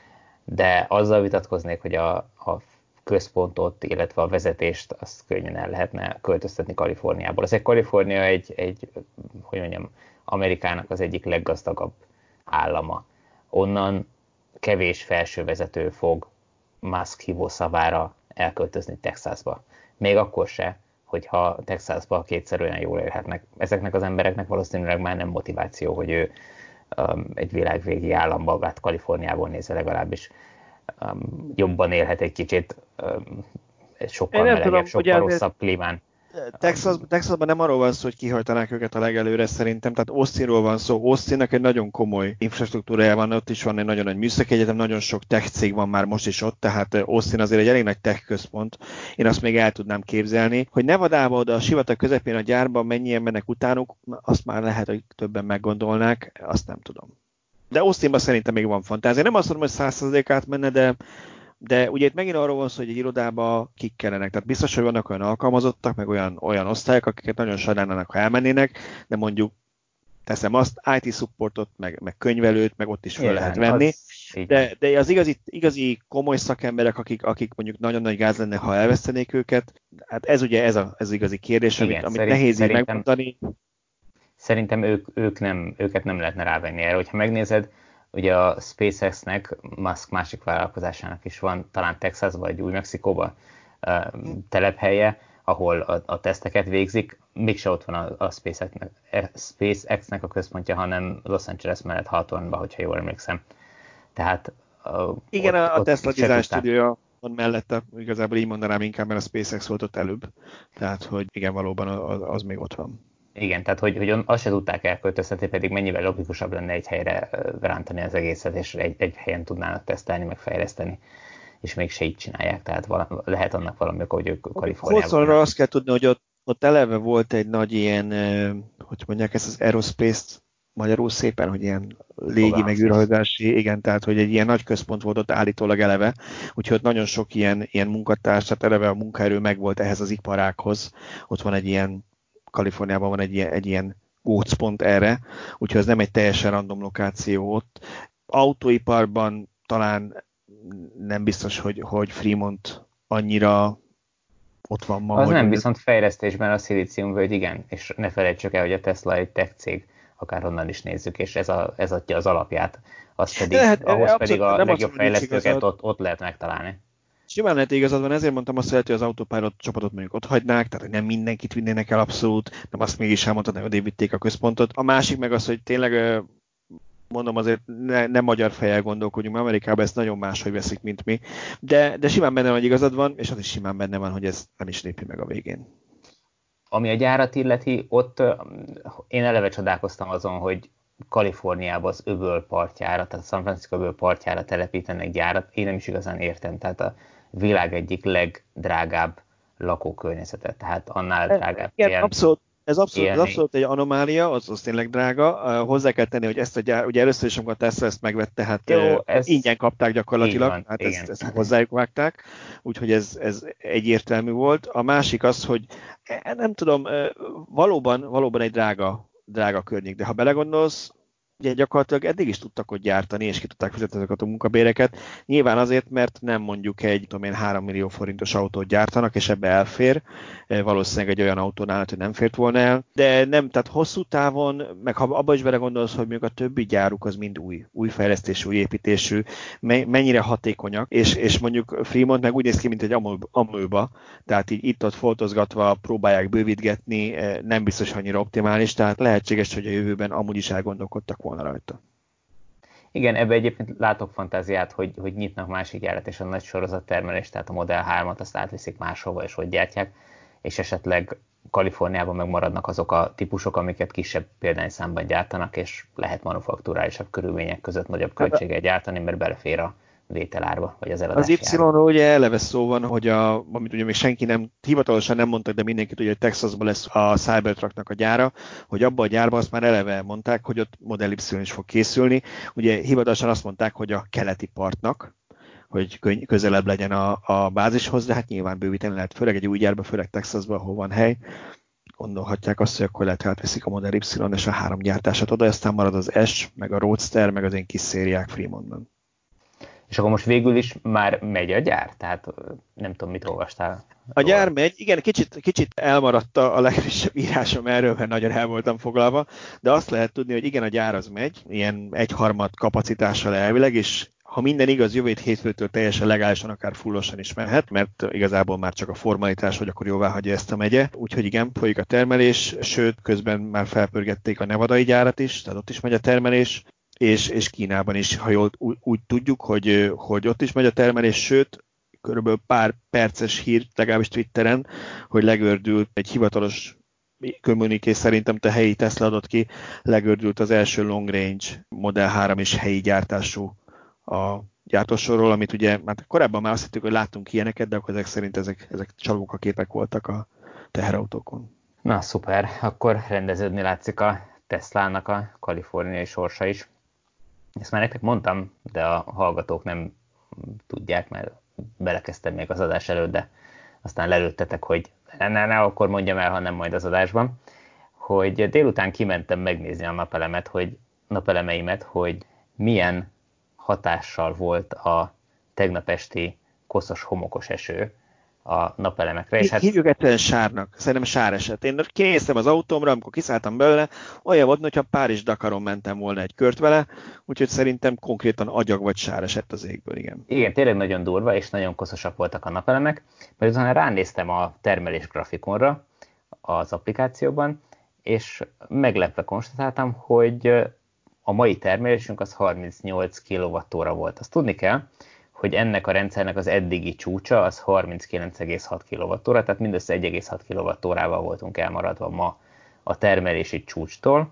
De azzal vitatkoznék, hogy a központot, illetve a vezetést azt könnyen el lehetne költöztetni Kaliforniából. Az Kalifornia egy hogy mondjam, Amerikának az egyik leggazdagabb állama. Onnan kevés felsővezető fog Musk hívószavára elköltözni Texasba. Még akkor se, hogyha Texasba kétszer olyan jól élhetnek. Ezeknek az embereknek valószínűleg már nem motiváció, hogy ő egy világvégi államba, hát Kaliforniából nézve legalábbis jobban élhet egy kicsit, sokkal melegebb, sokkal rosszabb klímán. Texasban nem arról van szó, hogy kihajtanák őket a legelőre szerintem, tehát Austinról van szó. Austinnak egy nagyon komoly infrastruktúrája van, ott is van egy nagyon nagy műszaki egyetem, nagyon sok tech cég van már most is ott, tehát Austin azért egy elég nagy tech központ. Én azt még el tudnám képzelni, hogy Nevadába oda a sivatag közepén a gyárban mennyien mennek utánuk, azt már lehet, hogy többen meggondolnák, azt nem tudom. De Austinban szerintem még van fantázia. Nem azt mondom, hogy 100% átmenne, de ugye itt megint arról van szó, hogy egy irodába kik kellenek. Tehát biztos, hogy vannak olyan alkalmazottak, meg olyan osztályok, akiket nagyon sajnálnának, ha elmennének, de mondjuk teszem azt, IT supportot, meg könyvelőt, meg ott is fel lehet venni. De az igazi komoly szakemberek, akik mondjuk nagyon nagy gáz lenne, ha elvesztenék őket, hát ez ugye ez az igazi kérdés, amit nehéz így megmondani. Szerintem őket nem lehetne rávenni erre. Hogyha megnézed, ugye a SpaceX-nek, Musk másik vállalkozásának is van, talán Texasban vagy Új-Mexikóban telephelye, ahol a teszteket végzik, mégse ott van a SpaceX-nek a központja, hanem Los Angeles mellett Hawthorne-ban, hogyha jól emlékszem. Tehát igen, a Tesla Design Studio van mellette, igazából így mondanám inkább, mert a SpaceX volt ott előbb. Tehát, hogy igen, valóban az még ott van. Igen, tehát hogy azt se tudták elköltöztetni, pedig mennyivel logikusabb lenne egy helyre rántani az egészet, és egy helyen tudnának tesztelni, meg fejleszteni, és mégse így csinálják, tehát lehet annak valami, hogy ők Kaliforniában... Hosszorra azt kell tudni, hogy ott eleve volt egy nagy ilyen, hogy mondják ezt az aerospace magyarul szépen, hogy ilyen légi megűrhajózási, igen, tehát hogy egy ilyen nagy központ volt ott állítólag eleve, úgyhogy ott nagyon sok ilyen munkatárs, tehát eleve a munkaerő megvolt ehhez az iparághoz. Ott van egy ilyen, Kaliforniában van egy ilyen gócpont erre, úgyhogy ez nem egy teljesen random lokáció ott. Autóiparban talán nem biztos, hogy Fremont annyira ott van ma. Az nem, viszont fejlesztésben a szilíciumvölgy igen, és ne felejtsük el, hogy a Tesla egy tech cég, akárhonnan is nézzük, és ez adja az alapját, ahhoz pedig a legjobb fejlesztőket ott lehet megtalálni. Simán lehet igazad van, ezért mondtam azt, hogy az Autopilot csapatot mondjuk ott hagynák, tehát nem mindenkit vinnének el abszolút, nem azt mégis elmondtad, hogy odébb vitték a központot. A másik meg az, hogy tényleg mondom azért nem magyar fejjel gondolkodjunk, mert Amerikában ezt nagyon máshogy veszik, mint mi. De simán benne van, hogy igazad van, és az is simán benne van, hogy ez nem is lépi meg a végén. Ami a gyárat illeti, ott én eleve csodálkoztam azon, hogy Kaliforniában az öböl partjára, tehát San Francisco öböl partjára telepítenek gyárat. Én nem is igazán értem, tehát a világ egyik legdrágább lakókörnyezetet, tehát annál drágább. Igen, Ez abszolút egy anomália, az tényleg drága. Hozzá kell tenni, hogy ezt a gyár, ugye először is, amikor a Tesla ezt megvette, hát ingyen kapták gyakorlatilag, van, hát ezt hozzájuk vágták, úgyhogy ez egyértelmű volt. A másik az, hogy nem tudom, valóban egy drága környék, de ha belegondolsz, ugye gyakorlatilag eddig is tudtak ott gyártani, és ki tudták fizetni ezeket a munkabéreket. Nyilván azért, mert nem mondjuk egy 3 millió forintos autót gyártanak, és ebbe elfér. Valószínűleg egy olyan autónál, hogy nem fért volna el. De nem, tehát hosszú távon, meg ha abba is belegondolsz, hogy mondjuk a többi gyáruk az mind új fejlesztésű, új építésű, mennyire hatékonyak, és mondjuk Fremont meg úgy néz ki, mint egy amőba, tehát így itt-ott foltozgatva próbálják bővítgetni, nem biztos annyira optimális, tehát lehetséges, hogy a jövőben amúgy is elgondolkodtak volna rajta. Igen, ebbe egyébként látok fantáziát, hogy nyitnak másik gyárat, és a nagy sorozattermelést, tehát a Model 3-at azt átviszik máshova, és ott gyártják, és esetleg Kaliforniában megmaradnak azok a típusok, amiket kisebb példányszámban gyártanak, és lehet manufakturálisabb körülmények között nagyobb költséggel gyártani, mert belefér a vételárba, vagy az eladási Az Y-ról ugye eleve szó van, hogy amit ugye még senki hivatalosan nem mondtak, de mindenkit, hogy Texasban lesz a Cybertrucknak a gyára, hogy abban a gyárban azt már eleve mondták, hogy ott Model Y is fog készülni. Ugye hivatalosan azt mondták, hogy a keleti partnak, hogy közelebb legyen a bázishoz, de hát nyilván bővíteni lehet, főleg egy új gyárba, főleg Texasban, ahol van hely. Gondolhatják azt, hogy akkor lehet, hogy átveszik a Model Y és a 3 gyártását oda, aztán marad az S, meg a Roadster, meg az én kis szériák Fremontban. És akkor most végül is már megy a gyár? Tehát nem tudom, mit olvastál. A gyár megy, igen, kicsit elmaradt a legfrissebb írásom erről, mert nagyon el voltam foglalva, de azt lehet tudni, hogy igen, a gyár az megy, ilyen 1/3 kapacitással elvileg, és ha minden igaz, jövő hétfőtől teljesen legálisan, akár fullosan is mehet, mert igazából már csak a formalitás, hogy akkor jóvá hagyja ezt a megye. Úgyhogy igen, folyik a termelés, sőt, közben már felpörgették a nevadai gyárat is, tehát ott is megy a termelés, és Kínában is, ha jól úgy tudjuk, hogy ott is megy a termelés, sőt, körülbelül pár perces hír, legalábbis Twitteren, hogy legördült egy hivatalos kommuniké, szerintem a helyi Tesla adott ki, legördült az első long range Model 3 és helyi gyártású a gyártósorról, amit ugye már korábban már azt hittük, hogy láttunk ilyeneket, de akkor ezek szerint ezek csalókaképek voltak a teherautókon. Na szuper, akkor rendeződni látszik a Teslának a kaliforniai sorsa is. Ezt már nektek mondtam, de a hallgatók nem tudják, mert belekezdtem még az adás előtt, de aztán lelőttetek, hogy ne akkor mondjam el, hanem majd az adásban, hogy délután kimentem megnézni a napelemeimet, hogy milyen hatással volt a tegnap esti koszos, homokos eső a napelemekre. És hívjuk egyszerűen sárnak, szerintem sár eset. Én kinéztem az autómra, amikor kiszálltam belőle, olyan volt, mintha Párizs-Dakaron mentem volna egy kört vele, úgyhogy szerintem konkrétan agyag vagy sár esett az égből, igen. Igen, tényleg nagyon durva, és nagyon koszosak voltak a napelemek, mert utána ránéztem a termelés grafikonra az applikációban, és meglepve konstatáltam, hogy a mai termelésünk az 38 kWh volt. Azt tudni kell, hogy ennek a rendszernek az eddigi csúcsa az 39,6 kWh, tehát mindössze 1,6 kWh-val voltunk elmaradva ma a termelési csúcstól,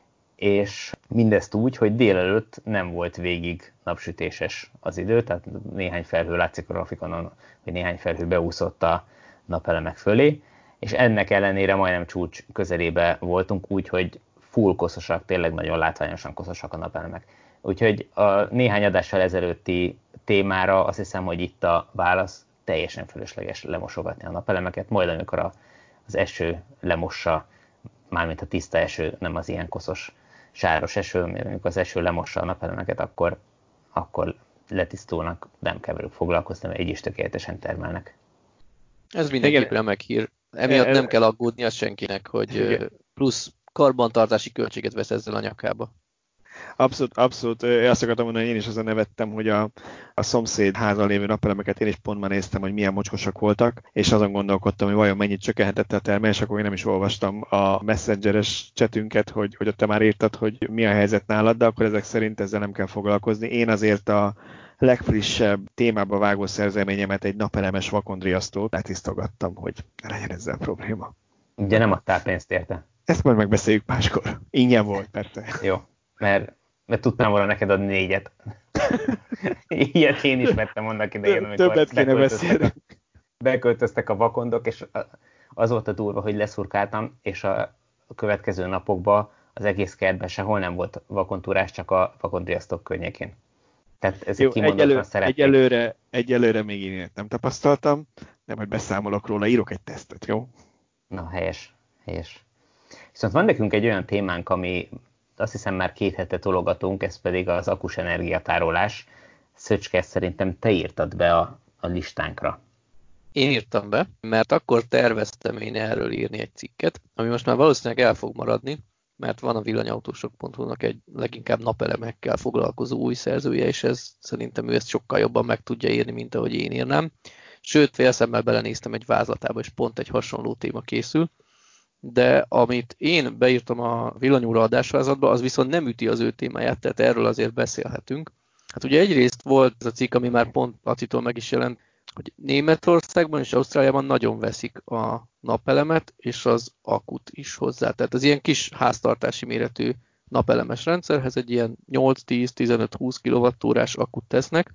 és mindezt úgy, hogy délelőtt nem volt végig napsütéses az idő, tehát néhány felhő látszik a grafikonon, hogy néhány felhő beúszott a napelemek fölé, és ennek ellenére majdnem csúcs közelébe voltunk úgy, hogy full koszosak, tényleg nagyon látványosan koszosak a napelemek. Úgyhogy a néhány adással ezelőtti témára azt hiszem, hogy itt a válasz, teljesen fölösleges lemosogatni a napelemeket, majd amikor az eső lemossa, mármint a tiszta eső, nem az ilyen koszos, sáros eső, amikor az eső lemossa a napelemeket, akkor letisztulnak, nem kell velük foglalkozni, mert így is tökéletesen termelnek. Ez mindenképp remek hír. Emiatt nem kell aggódni az senkinek, hogy plusz karbantartási költséget vesz ezzel a nyakába. Abszolút. Azt akartam mondani, én is azon nevettem, hogy a szomszéd házal lévő napelemeket én is pont már néztem, hogy milyen mocskosak voltak, és azon gondolkodtam, hogy vajon mennyit csökkenhetett a termelés, akkor én nem is olvastam a messengeres chatünket, hogy ott te már írtad, hogy mi a helyzet nálad, de akkor ezek szerint ezzel nem kell foglalkozni. Én azért a legfrissebb témába vágó szerzeményemet, egy napelemes vakondriasztót letisztogattam, hogy ne legyen ezzel probléma. Ugye nem adtál pénzt érte? Ezt majd megbeszéljük máskor. Ingyen volt, persze. Jó, mert tudtam volna neked adni 4. Ilyet én is vettem annak idején, amikor többet kéne beszélni. Beköltöztek a vakondok, és az volt a durva, hogy leszurkáltam, és a következő napokban az egész kertben sehol nem volt vakontúrás, csak a vakondriasztók környékén. Tehát ezek kimondottan szerették. Egyelőre még én nem tapasztaltam, de majd beszámolok róla, írok egy tesztet, jó? Na, helyes. Viszont van nekünk egy olyan témánk, ami azt hiszem már 2 hete tologatunk, ez pedig az akus energiatárolás. Szöcske, szerintem te írtad be a listánkra. Én írtam be, mert akkor terveztem én erről írni egy cikket, ami most már valószínűleg el fog maradni, mert van a villanyautósok.hu-nak egy leginkább napelemekkel foglalkozó új szerzője, és szerintem ő ezt sokkal jobban meg tudja írni, mint ahogy én írnám. Sőt, félszemmel belenéztem egy vázlatába, és pont egy hasonló téma készül. De amit én beírtam a villanyóra adásvázatba, az viszont nem üti az ő témáját, tehát erről azért beszélhetünk. Hát ugye egyrészt volt ez a cikk, ami már pont Lacitól meg is jelent, hogy Németországban és Ausztráliában nagyon veszik a napelemet, és az akut is hozzá. Tehát az ilyen kis háztartási méretű napelemes rendszerhez egy ilyen 8-10-15-20 kWh-s akut tesznek,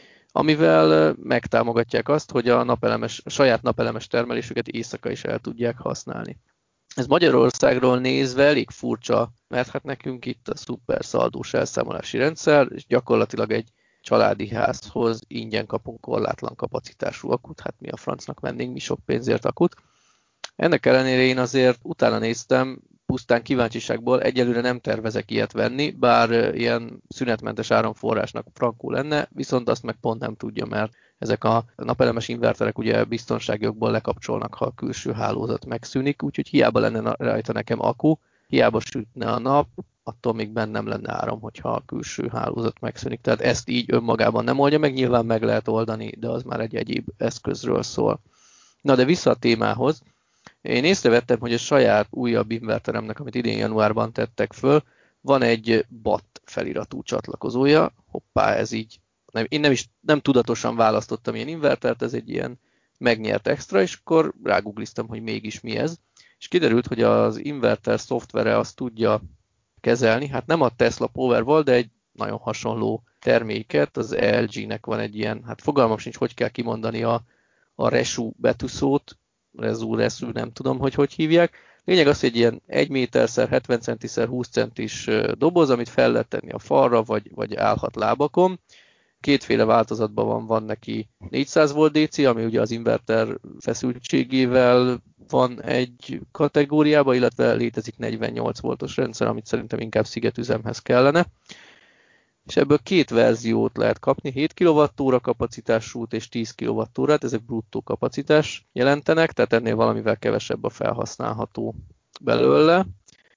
amivel megtámogatják azt, hogy a saját napelemes termelésüket éjszaka is el tudják használni. Ez Magyarországról nézve elég furcsa, mert hát nekünk itt a szuper szaldós elszámolási rendszer, és gyakorlatilag egy családi házhoz ingyen kapunk korlátlan kapacitású akut, hát mi a francnak vennénk mi sok pénzért akut. Ennek ellenére én azért utána néztem, pusztán kíváncsiságból, egyelőre nem tervezek ilyet venni, bár ilyen szünetmentes áramforrásnak frankó lenne, viszont azt meg pont nem tudja, mert ezek a napelemes inverterek ugye biztonsági okból lekapcsolnak, ha a külső hálózat megszűnik, úgyhogy hiába lenne rajta nekem akku, hiába sütne a nap, attól még bennem lenne áram, hogyha a külső hálózat megszűnik. Tehát ezt így önmagában nem oldja meg, nyilván meg lehet oldani, de az már egy egyéb eszközről szól. Na de vissza a témához. Én észrevettem, hogy a saját újabb inverteremnek, amit idén januárban tettek föl, van egy BAT feliratú csatlakozója. Hoppá, ez így. Én nem tudatosan választottam ilyen invertert, ez egy ilyen megnyert extra, és akkor rágoogliztam, hogy mégis mi ez. És kiderült, hogy az inverter szoftvere azt tudja kezelni, hát nem a Tesla Powerwall, de egy nagyon hasonló terméket, az LG-nek van egy ilyen, hát fogalmam sincs, hogy kell kimondani a Resu betűszót, Resu, nem tudom, hogy hívják. Lényeg az, hogy egy ilyen 1 méterszer 70 centiszer 20 centis doboz, amit fel lehet tenni a falra, vagy állhat lábakon. Kétféle változatban van neki 400 volt DC, ami ugye az inverter feszültségével van egy kategóriában, illetve létezik 48 voltos rendszer, amit szerintem inkább szigetüzemhez kellene. És ebből 2 verziót lehet kapni, 7 kWh kapacitásút és 10 kWh, ezek bruttó kapacitás jelentenek, tehát ennél valamivel kevesebb a felhasználható belőle.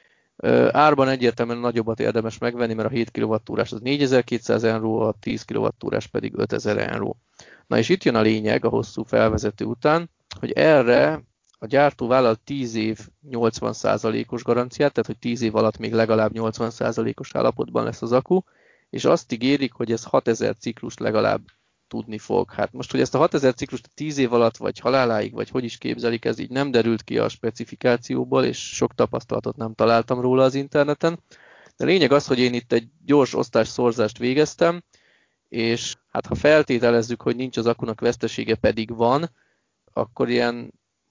Árban egyértelműen nagyobbat érdemes megvenni, mert a 7 kWh-s az 4200 euró, a 10 kWh-s pedig 5000 euró. Na és itt jön a lényeg a hosszú felvezető után, hogy erre a gyártó vállal 10 év 80%-os garanciát, tehát hogy 10 év alatt még legalább 80%-os állapotban lesz az akku, és azt ígérik, hogy ez 6000 ciklust legalább tudni fog. Hát most, hogy ezt a 6000 ciklust 10 év alatt, vagy haláláig, vagy hogy is képzelik, ez így nem derült ki a specifikációból, és sok tapasztalatot nem találtam róla az interneten. De lényeg az, hogy én itt egy gyors osztás-szorzást végeztem, és hát ha feltételezzük, hogy nincs az akkunak vesztesége, pedig van, akkor ilyen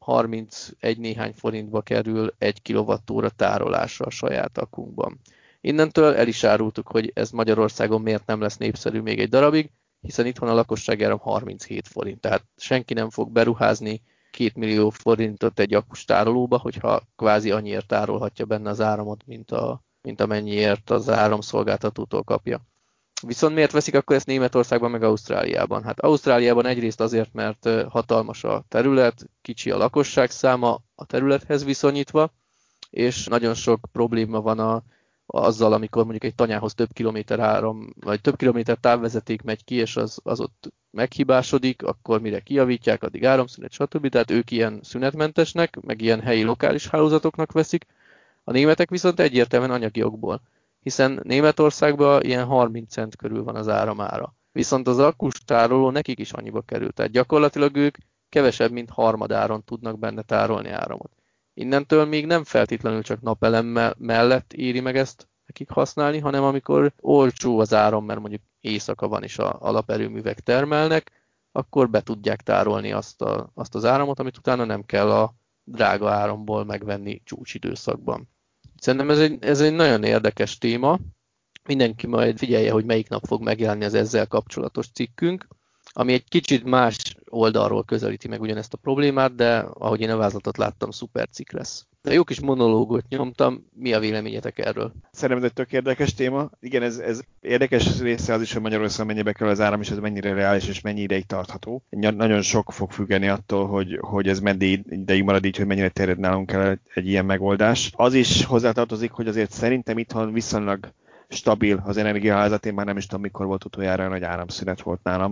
31 néhány forintba kerül 1 kWh tárolása a saját akunkban. Innentől el is árultuk, hogy ez Magyarországon miért nem lesz népszerű még egy darabig, hiszen itthon a lakossági áram 37 forint, tehát senki nem fog beruházni 2 millió forintot egy akus tárolóba, hogyha kvázi annyiért tárolhatja benne az áramot, mint amennyiért az áramszolgáltatótól kapja. Viszont miért veszik akkor ezt Németországban meg Ausztráliában? Hát Ausztráliában egyrészt azért, mert hatalmas a terület, kicsi a lakosság száma a területhez viszonyítva, és nagyon sok probléma van azzal, amikor mondjuk egy tanyához több kilométer áram, vagy több kilométer távvezeték megy ki, és az ott meghibásodik, akkor mire kijavítják, addig áramszünet, stb. Tehát ők ilyen szünetmentesnek, meg ilyen helyi lokális hálózatoknak veszik. A németek viszont egyértelműen anyagi okból, hiszen Németországban ilyen 30 cent körül van az áramára. Viszont az akkus tároló nekik is annyiba kerül, tehát gyakorlatilag ők kevesebb, mint harmadáron tudnak benne tárolni áramot. Innentől még nem feltétlenül csak napelem mellett éri meg ezt nekik használni, hanem amikor olcsó az áram, mert mondjuk éjszaka van és a alaperőművek termelnek, akkor be tudják tárolni azt az áramot, amit utána nem kell a drága áramból megvenni csúcsidőszakban. Szerintem ez egy nagyon érdekes téma. Mindenki majd figyelje, hogy melyik nap fog megjelenni az ezzel kapcsolatos cikkünk, ami egy kicsit más oldalról közelíti meg ugyanezt a problémát, de ahogy én a vázlatot láttam, szuper cikk lesz. De jó kis monológot nyomtam, mi a véleményetek erről? Szerintem ez egy tök érdekes téma. Igen, ez érdekes része az is, hogy Magyarországon mennyibe kerül az áram, és ez mennyire reális, és mennyi ideig tartható. Nagyon sok fog függeni attól, hogy ez meddig ideig marad így, hogy mennyire terjed nálunk el egy ilyen megoldás. Az is hozzátartozik, hogy azért szerintem itthon viszonylag stabil az energiahálózat, én már nem is tudom, mikor volt utoljára nagy áramszünet volt nálam,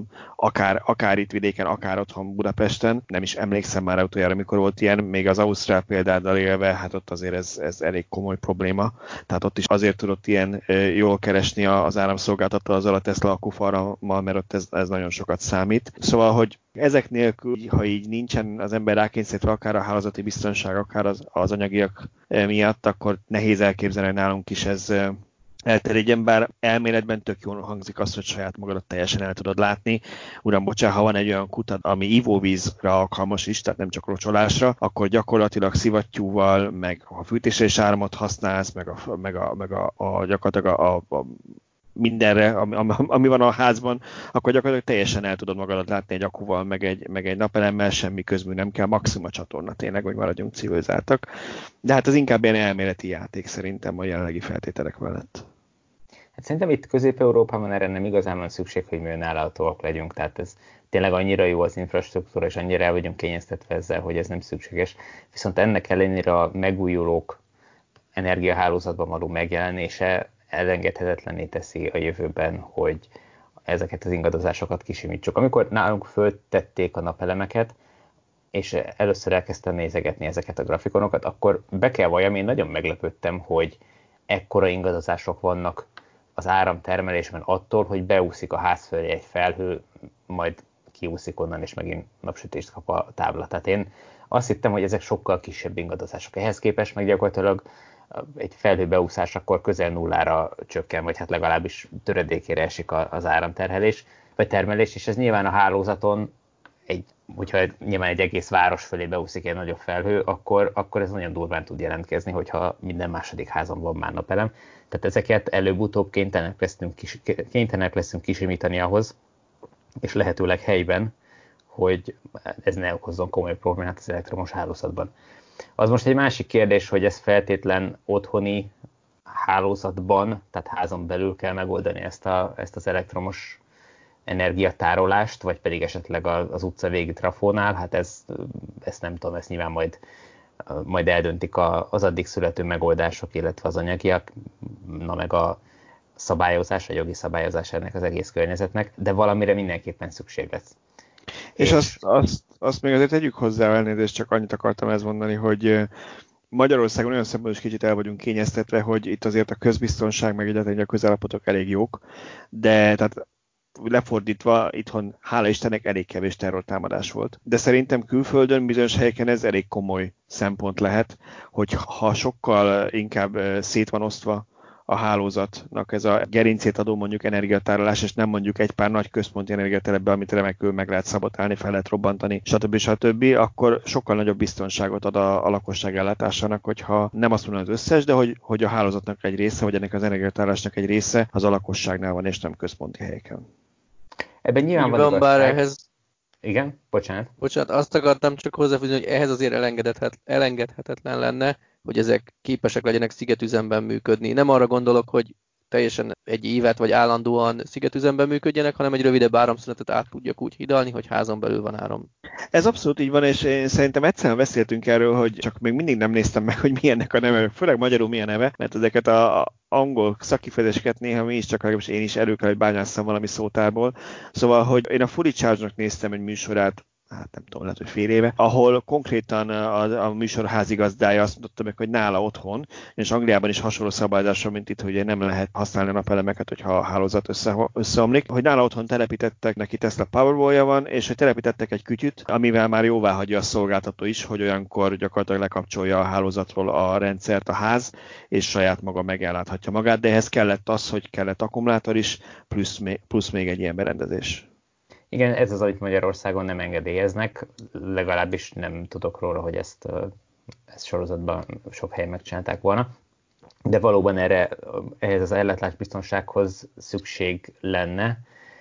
akár itt vidéken, akár otthon Budapesten, nem is emlékszem már utoljára, mikor volt ilyen, még az Ausztrál példáddal élve, hát ott azért ez elég komoly probléma, tehát ott is azért tudott ilyen jól keresni az áramszolgáltató azzal a Tesla akkufarrammal, mert ott ez nagyon sokat számít. Szóval, hogy ezek nélkül, ha így nincsen az ember rákényszerítve akár a hálózati biztonság, akár az anyagiak miatt, akkor nehéz elképzelni, hogy nálunk is ez elterjedjen, bár elméletben tök jól hangzik az, hogy saját magadat teljesen el tudod látni. Uram, bocsánat, ha van egy olyan kutad, ami ivóvízre alkalmas is, tehát nem csak locsolásra, akkor gyakorlatilag szivattyúval, meg ha fűtésre is áramot használsz, gyakorlatilag a mindenre, ami van a házban, akkor gyakorlatilag teljesen el tudod magadat látni egy akkuval, meg egy napelemmel, semmi közmű nem kell, maximum a csatorna tényleg, hogy maradjunk civilizáltak. De hát ez inkább ilyen elméleti játék szerintem a jelenlegi feltételek mellett. Hát szerintem itt Közép-Európában erre nem igazán van szükség, hogy mi önállóak legyünk, tehát ez tényleg annyira jó az infrastruktúra, és annyira el vagyunk kényeztetve ezzel, hogy ez nem szükséges. Viszont ennek ellenére a megújulók energiahálózatban való megjelenése elengedhetetlenné teszi a jövőben, hogy ezeket az ingadozásokat kisimítsuk. Amikor nálunk föltették a napelemeket, és először elkezdtem nézegetni ezeket a grafikonokat, akkor be kell valljam, én nagyon meglepődtem, hogy ekkora ingadozások vannak az áramtermelésben attól, hogy beúszik a ház fölé egy felhő, majd kiúszik onnan, és megint napsütést kap a tábla. Tehát én azt hittem, hogy ezek sokkal kisebb ingadozások. Ehhez képest meg gyakorlatilag egy felhő beúszás akkor közel nullára csökken, vagy hát legalábbis töredékére esik az áramterhelés, vagy termelés, és ez nyilván a hálózaton, hogyha nyilván egy egész város fölé beúszik egy nagyobb felhő, akkor ez nagyon durván tud jelentkezni, hogyha minden második házon van már napelem. Tehát ezeket előbb-utóbb kénytelenek leszünk kisimítani ahhoz, és lehetőleg helyben, hogy ez ne okozzon komoly problémát az elektromos hálózatban. Az most egy másik kérdés, hogy ez feltétlen otthoni hálózatban, tehát házon belül kell megoldani ezt az elektromos energiatárolást, vagy pedig esetleg az utca végi trafónál, hát ezt nem tudom, ezt nyilván majd eldöntik az addig születő megoldások, illetve az anyagiak, meg a szabályozás, a jogi szabályozás ennek az egész környezetnek, de valamire mindenképpen szükség lesz. És azt még azért tegyük hozzá, elnézést, csak annyit akartam ezt mondani, hogy Magyarországon olyan szempontból is kicsit el vagyunk kényeztetve, hogy itt azért a közbiztonság, meg egyáltalán a közállapotok elég jók, de tehát lefordítva itthon, hála Istennek, elég kevés terrortámadás volt. De szerintem külföldön bizonyos helyeken ez elég komoly szempont lehet, hogy ha sokkal inkább szét van osztva a hálózatnak ez a gerincét adó mondjuk energiatárolás, és nem mondjuk egy pár nagy központi energiatelepbe, amit remekül meg lehet szabotálni, fel lehet robbantani, stb. Akkor sokkal nagyobb biztonságot ad a lakosság ellátásának, hogyha nem azt mondom az összes, de hogy a hálózatnak egy része, vagy ennek az energiatárolásnak egy része az a lakosságnál van, és nem központi helyeken. Ebben nyilván van bár ehhez... Igen, bocsánat. Bocsánat, azt akartam csak hozzáfűzni, hogy ehhez azért elengedhetetlen lenne, hogy ezek képesek legyenek szigetüzemben működni. Nem arra gondolok, hogy teljesen egy évet vagy állandóan szigetüzemben működjenek, hanem egy rövidebb áramszünetet át tudjak úgy hidalni, hogy házon belül van áram. Ez abszolút így van, és én szerintem egyszerűen beszéltünk erről, hogy csak még mindig nem néztem meg, hogy milyennek a neve, főleg magyarul milyen neve, mert ezeket a angol szakifejezéseket néha mi is, csak legalábbis én is elő kell, hogy bányásszam valami szótárból. Szóval, hogy én a Fully Charge-nak néztem egy műsorát, hát nem tudom, lehet, hogy fél éve, ahol konkrétan a műsor házigazdája azt mondta meg, hogy nála otthon, és Angliában is hasonló szabályozásra, mint itt, hogy nem lehet használni a napelemeket, hogyha a hálózat összeomlik, hogy nála otthon telepítettek, neki Tesla Powerwall-ja van, és hogy telepítettek egy kütyüt, amivel már jóvá hagyja a szolgáltató is, hogy olyankor gyakorlatilag lekapcsolja a hálózatról a rendszert a ház, és saját maga megelláthatja magát, de ehhez kellett az, hogy kellett akkumulátor is, plusz még egy ilyen berendezés. Igen, ez az, amit Magyarországon nem engedélyeznek, legalábbis nem tudok róla, hogy ezt sorozatban sok helyen megcsinálták volna. De valóban ehhez az ellátásbiztonsághoz szükség lenne,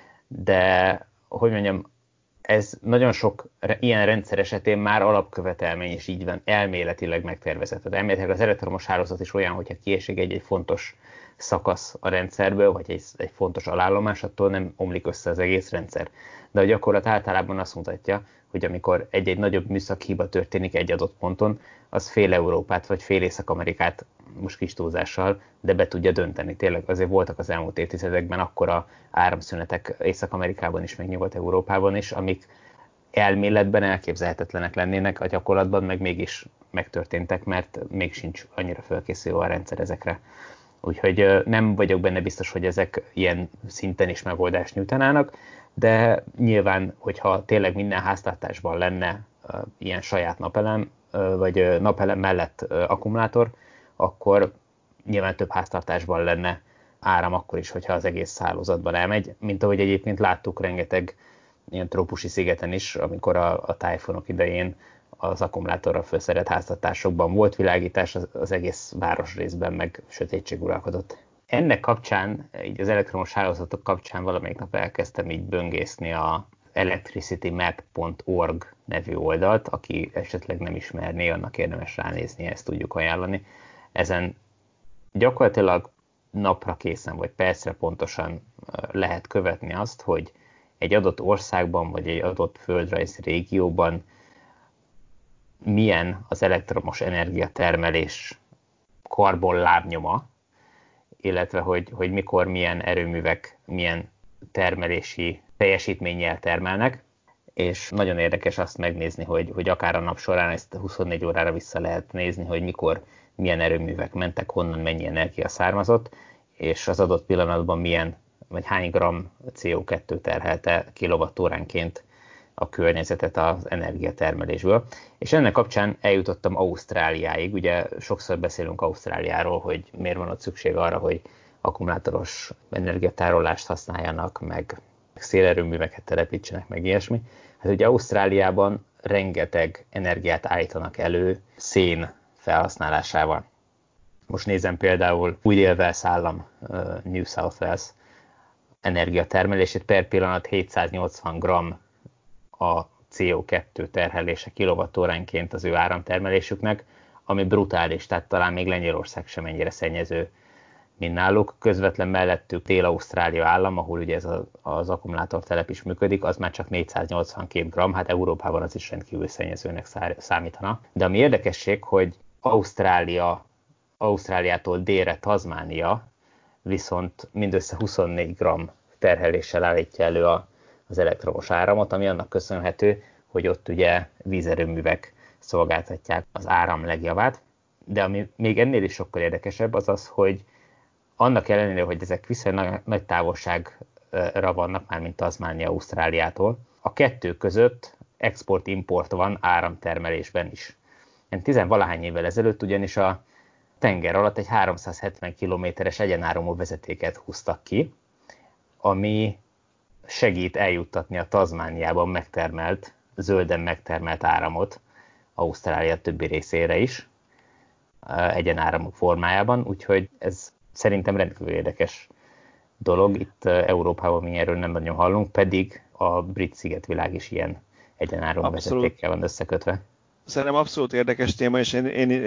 de hogy mondjam, ez nagyon sok ilyen rendszer esetén már alapkövetelmény, és így van elméletileg megtervezett. Tehát elméletileg az elektromos hálózat is olyan, hogyha kiesik egy fontos szakasz a rendszerből, vagy egy fontos alállomás, attól nem omlik össze az egész rendszer. De a gyakorlat általában azt mutatja, hogy amikor egy nagyobb műszaki hiba történik egy adott ponton, az fél Európát vagy fél Észak-Amerikát, most kis túlzással, de be tudja dönteni. Tényleg azért voltak az elmúlt évtizedekben akkora áramszünetek Észak-Amerikában is, meg Nyugat-Európában is, amik elméletben elképzelhetetlenek lennének, a gyakorlatban meg mégis megtörténtek, mert még sincs annyira felkészülve a rendszer ezekre. Úgyhogy nem vagyok benne biztos, hogy ezek ilyen szinten is megoldást nyújtanának, de nyilván, hogyha tényleg minden háztartásban lenne ilyen saját napelem, vagy napelem mellett akkumulátor, akkor nyilván több háztartásban lenne áram akkor is, hogyha az egész hálózatban elmegy, mint ahogy egyébként láttuk rengeteg ilyen trópusi szigeten is, amikor a tájfonok idején az akkumulátorral felszerelt háztartásokban volt világítás, az egész városrészben meg sötétség uralkodott. Ennek kapcsán, így az elektromos hálózatok kapcsán valamelyik nap elkezdtem így böngészni a electricitymap.org nevű oldalt, aki esetleg nem ismerné, annak érdemes ránézni, ezt tudjuk ajánlani. Ezen gyakorlatilag napra készen, vagy percre pontosan lehet követni azt, hogy egy adott országban, vagy egy adott földrajzi régióban milyen az elektromos energiatermelés karbonlábnyoma, illetve hogy mikor milyen erőművek milyen termelési teljesítménnyel termelnek, és nagyon érdekes azt megnézni, hogy akár a nap során ezt 24 órára vissza lehet nézni, hogy mikor milyen erőművek mentek, honnan mennyi energia származott, és az adott pillanatban milyen, vagy hány gram CO2 terhelte kilovattóránként a környezetet az energiatermelésből. És ennek kapcsán eljutottam Ausztráliáig. Ugye sokszor beszélünk Ausztráliáról, hogy miért van ott szükség arra, hogy akkumulátoros energiatárolást használjanak, meg szélerőműveket telepítsenek, meg ilyesmi. Hát ugye Ausztráliában rengeteg energiát állítanak elő szén felhasználásával. Most nézem például Új-Dél-Wales állam, New South Wales energiatermelését, per pillanat 780 g a CO2 terhelése kilovattóránként az ő áramtermelésüknek, ami brutális, tehát talán még Lengyelország sem ennyire szennyező, mint náluk. Közvetlen mellettük Dél-Ausztrália állam, ahol ugye ez az akkumulátortelep is működik, az már csak 482 g, hát Európában az is rendkívül szennyezőnek számítana. De ami érdekesség, hogy Ausztráliától délre Tasmania viszont mindössze 24 g terheléssel állítja elő az elektromos áramot, ami annak köszönhető, hogy ott ugye vízerőművek szolgáltatják az áram legjavát. De ami még ennél is sokkal érdekesebb, az az, hogy annak ellenére, hogy ezek viszonylag nagy távolságra vannak, már mint Tasmania Ausztráliától, a kettő között export-import van áramtermelésben is. 10-valahány évvel ezelőtt ugyanis tenger alatt egy 370 kilométeres egyenáramú vezetéket húztak ki, ami segít eljuttatni a Tasmániában megtermelt, zölden megtermelt áramot Ausztrália többi részére is, egyenáramok formájában, úgyhogy ez szerintem rendkívül érdekes dolog. Itt Európában mi erről nem nagyon hallunk, pedig a brit szigetvilág is ilyen egyenáramú vezetékkel van összekötve. Szerintem abszolút érdekes téma, és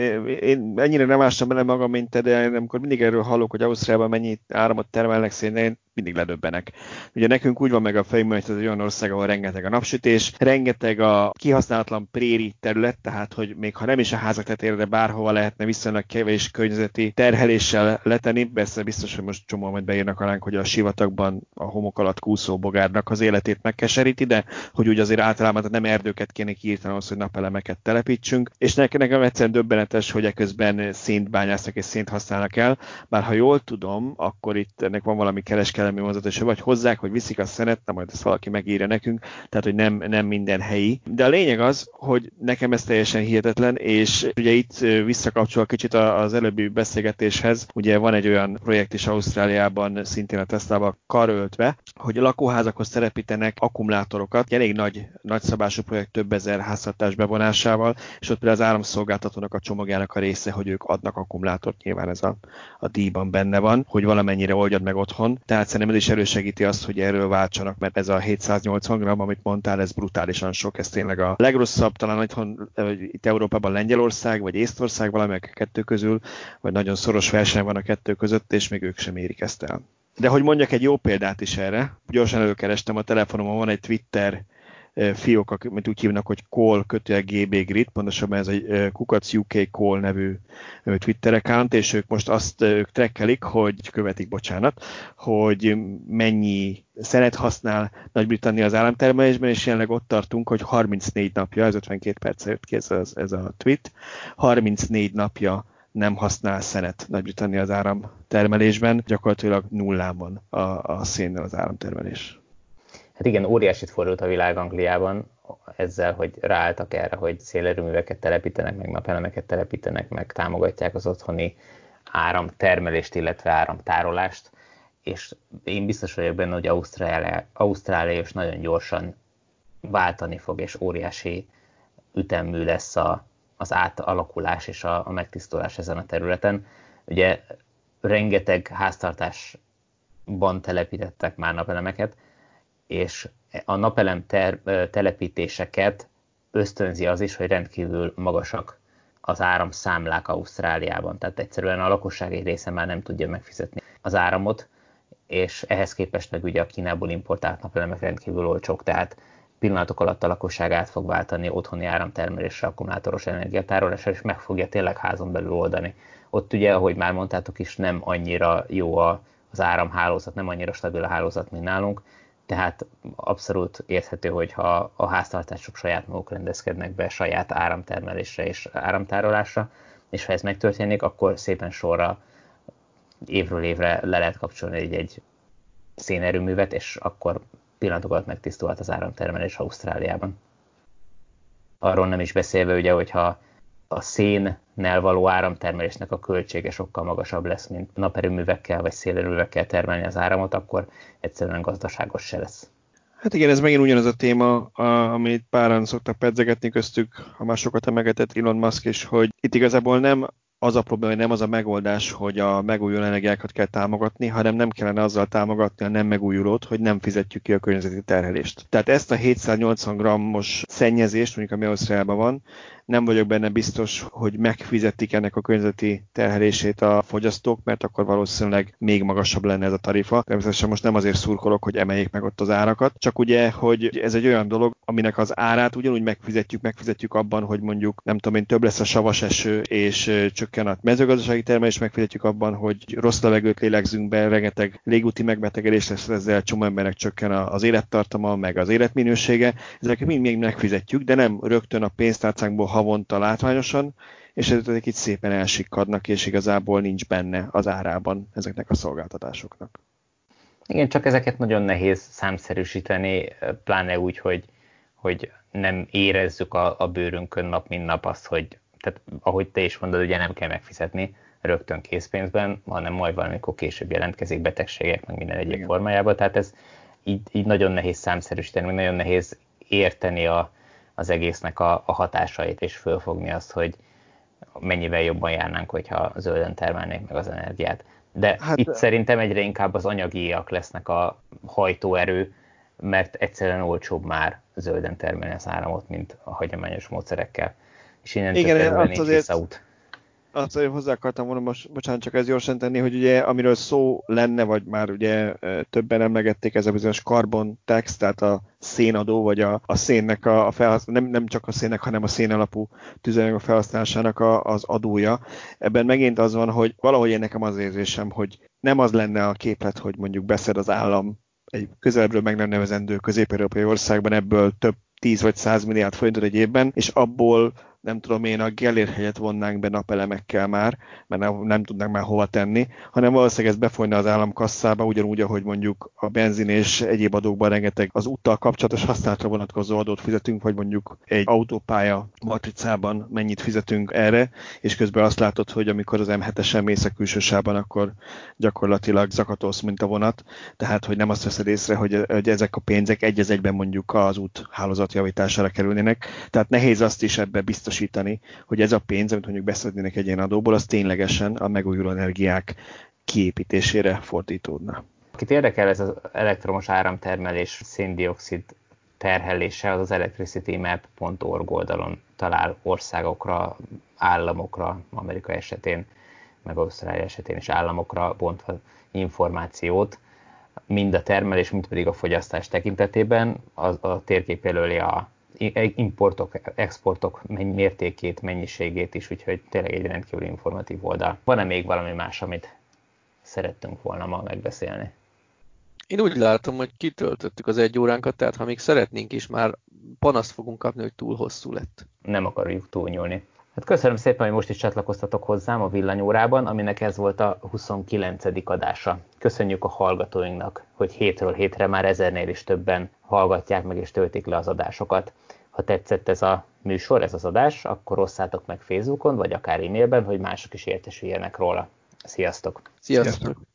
én ennyire nem ástam bele magam, mint te, de amikor mindig erről hallok, hogy Ausztriában mennyi áramot termelnek szénén, mindig ledöbbenek. Ugye nekünk úgy van meg a fejünkben, hogy ez egy olyan ország, ahol rengeteg a napsütés, rengeteg a kihasználatlan préri terület, tehát hogy még ha nem is a házak tetejére, de bárhova lehetne viszonylag kevés környezeti terheléssel letenni. Persze biztos, hogy most csomóan majd beírnak alánk, hogy a sivatagban a homok alatt kúszó bogárnak az életét megkeseríti, de hogy úgy azért általában nem erdőket kéne kiírtani ahhoz, hogy napelemeket telepítsünk. És nekem egyszerűen döbbenetes, hogy eközben szént bányásznak és szént használnak el. Bár ha jól tudom, akkor itt ennek van valami kereskedelmi vonzat, és vagy hozzák, vagy viszik a szenet, na majd ezt valaki megírja nekünk, tehát hogy nem minden helyi. De a lényeg az, hogy nekem ez teljesen hihetetlen, és ugye itt visszakapcsol kicsit az előbbi beszélgetéshez, ugye van egy olyan projekt is Ausztráliában, szintén a Teslával karöltve, hogy a lakóházakhoz telepítenek akkumulátorokat, elég nagyszabású projekt, több ezer háztartás bevonásával, és ott például az áramszolgáltatónak a csomagjának a része, hogy ők adnak akkumulátort, nyilván ez a díjban benne van, hogy valamennyire oldjad meg otthon. Tehát szerintem ez is elősegíti azt, hogy erről váltsanak, mert ez a 780 g, amit mondtál, ez brutálisan sok, ez tényleg a legrosszabb, talán itthon, itt Európában Lengyelország, vagy Észtország, valamelyik a kettő közül, vagy nagyon szoros verseny van a kettő között, és még ők sem érik ezt el. De hogy mondjak egy jó példát is erre, gyorsan előkerestem a telefonomon, van egy Twitter fiók, amit úgy hívnak, hogy call-gb grid, pontosabban ez egy Kukac UK Call nevű Twitter account, és ők most azt trackelik, hogy mennyi szenet használ Nagy-Britannia az államtermelésben, és jelenleg ott tartunk, hogy 34 napja, ez 52 perccel jött ki ez a tweet, 34 napja nem használ szenet Nagy-Britannia az áramtermelésben, gyakorlatilag nullán van a szénnel az áramtermelés. Hát igen, óriásit fordult a világ Angliában ezzel, hogy ráálltak erre, hogy szélerőműveket telepítenek, meg napelemeket telepítenek, meg támogatják az otthoni áramtermelést, illetve áramtárolást, és én biztos vagyok benne, hogy Ausztrália is nagyon gyorsan váltani fog, és óriási ütemű lesz az átalakulás és a megtisztulás ezen a területen. Ugye rengeteg háztartásban telepítettek már napelemeket, és a napelem telepítéseket ösztönzi az is, hogy rendkívül magasak az áramszámlák Ausztráliában. Tehát egyszerűen a lakosság egy része már nem tudja megfizetni az áramot, és ehhez képest meg ugye a Kínából importált napelemek rendkívül olcsók, tehát pillanatok alatt a lakosság át fog váltani otthoni áramtermelésre, akkumulátoros energiatárolásra, és meg fogja tényleg házon belül oldani. Ott ugye, ahogy már mondtátok is, nem annyira jó az áramhálózat, nem annyira stabil a hálózat, mint nálunk, tehát abszolút érthető, hogyha a háztartások saját maguk rendezkednek be saját áramtermelésre és áramtárolásra, és ha ez megtörténik, akkor szépen sorra évről évre le lehet kapcsolni egy szénerőművet, és akkor pillanatok alatt megtisztulhat az áramtermelés Ausztráliában. Arról nem is beszélve, ugye, hogyha a szénnel való áramtermelésnek a költsége sokkal magasabb lesz, mint naperőművekkel vagy szélerőművekkel termelni az áramot, akkor egyszerűen gazdaságos se lesz. Hát igen, ez megint ugyanaz a téma, amit páran szoktak pedzegetni köztük, ha már sokat emelgetett Elon Musk is, hogy itt igazából nem az a probléma, hogy nem az a megoldás, hogy a megújuló energiákat kell támogatni, hanem nem kellene azzal támogatni a nem megújulót, hogy nem fizetjük ki a környezeti terhelést. Tehát ezt a 780 g-os szennyezést, mondjuk ami Ausztriában van, nem vagyok benne biztos, hogy megfizetik ennek a környezeti terhelését a fogyasztók, mert akkor valószínűleg még magasabb lenne ez a tarifa. Természetesen most nem azért szurkolok, hogy emeljék meg ott az árakat, csak ugye, hogy ez egy olyan dolog, aminek az árát ugyanúgy megfizetjük abban, hogy mondjuk, nem tudom én, több lesz a savas eső, és csökken a mezőgazdasági termelés, megfizetjük abban, hogy rossz levegőt lélegzünk be, rengeteg légúti megbetegedés lesz, ezzel csomó embernek csökken az élettartama, meg az életminősége. Ezeket mind megfizetjük, de nem rögtön a pénztárcánkból havonta látványosan, és ezek itt szépen elsikkadnak, és igazából nincs benne az árában ezeknek a szolgáltatásoknak. Igen, csak ezeket nagyon nehéz számszerűsíteni, pláne úgy, hogy nem érezzük a bőrünkön nap mint nap azt, hogy, tehát ahogy te is mondod, ugye nem kell megfizetni, rögtön készpénzben, hanem majd valamikor később jelentkezik betegségek, meg minden egyéb formájában. Tehát ez így nagyon nehéz számszerűsíteni, meg nagyon nehéz érteni az egésznek a hatásait, és fölfogni azt, hogy mennyivel jobban járnánk, hogyha zölden termelnénk meg az energiát. De itt szerintem egyre inkább az anyagiak lesznek a hajtóerő, mert egyszerűen olcsóbb már zölden termelni az áramot, mint a hagyományos módszerekkel. És innentől kezdve nincs visszaút. Azt azért hozzá akartam volna, bocsánat, csak ez gyorsan tenni, hogy ugye amiről szó lenne, vagy már ugye többen emlegették, ez a bizonyos carbon tax, tehát a szénadó, vagy a szénnek a nem csak a szénnek, hanem a szén alapú tüzelőanyag felhasználásának az adója. Ebben megint az van, hogy valahogy én nekem az érzésem, hogy nem az lenne a képlet, hogy mondjuk beszed az állam egy közelebbről meg nem nevezendő közép-európai országban ebből több 10 vagy 100 milliárd forintot egy évben, és abból nem tudom én, a Gellért helyet vonnánk be napelemekkel már, mert nem tudnánk már hova tenni, hanem valószínűleg ez befolyna az államkasszába, ugyanúgy, ahogy mondjuk a benzin és egyéb adókban rengeteg az úttal kapcsolatos használatra vonatkozó adót fizetünk, vagy mondjuk egy autópálya matricában mennyit fizetünk erre, és közben azt látod, hogy amikor az M7-esen mész a külsősában, akkor gyakorlatilag zakatolsz, mint a vonat, tehát hogy nem azt veszed észre, hogy ezek a pénzek egy az egyben mondjuk az út hálózat javítására kerülnének. Tehát nehéz azt is ebbe biztosítani, hogy ez a pénz, amit mondjuk beszednének egy ilyen adóból, az ténylegesen a megújuló energiák kiépítésére fordítódna. Akit érdekel ez az elektromos áramtermelés szén-dioxid terhelése, az electricitymap.org oldalon talál országokra, államokra, Amerika esetén, meg Ausztrália esetén is államokra bontva információt, mind a termelés, mind pedig a fogyasztás tekintetében. A térkép jelöli a importok, exportok mértékét, mennyiségét is, úgyhogy tényleg egy rendkívül informatív oldal. Van-e még valami más, amit szerettünk volna ma megbeszélni? Én úgy látom, hogy kitöltöttük az 1 óránkat, tehát ha még szeretnénk is, már panaszt fogunk kapni, hogy túl hosszú lett. Nem akarjuk túlnyúlni. Hát köszönöm szépen, hogy most is csatlakoztatok hozzám a villanyórában, aminek ez volt a 29. adása. Köszönjük a hallgatóinknak, hogy hétről hétre már 1000-nél is többen hallgatják meg és töltik le az adásokat. Ha tetszett ez a műsor, ez az adás, akkor osszátok meg Facebookon, vagy akár e-mailben, hogy mások is értesüljenek róla. Sziasztok! Sziasztok!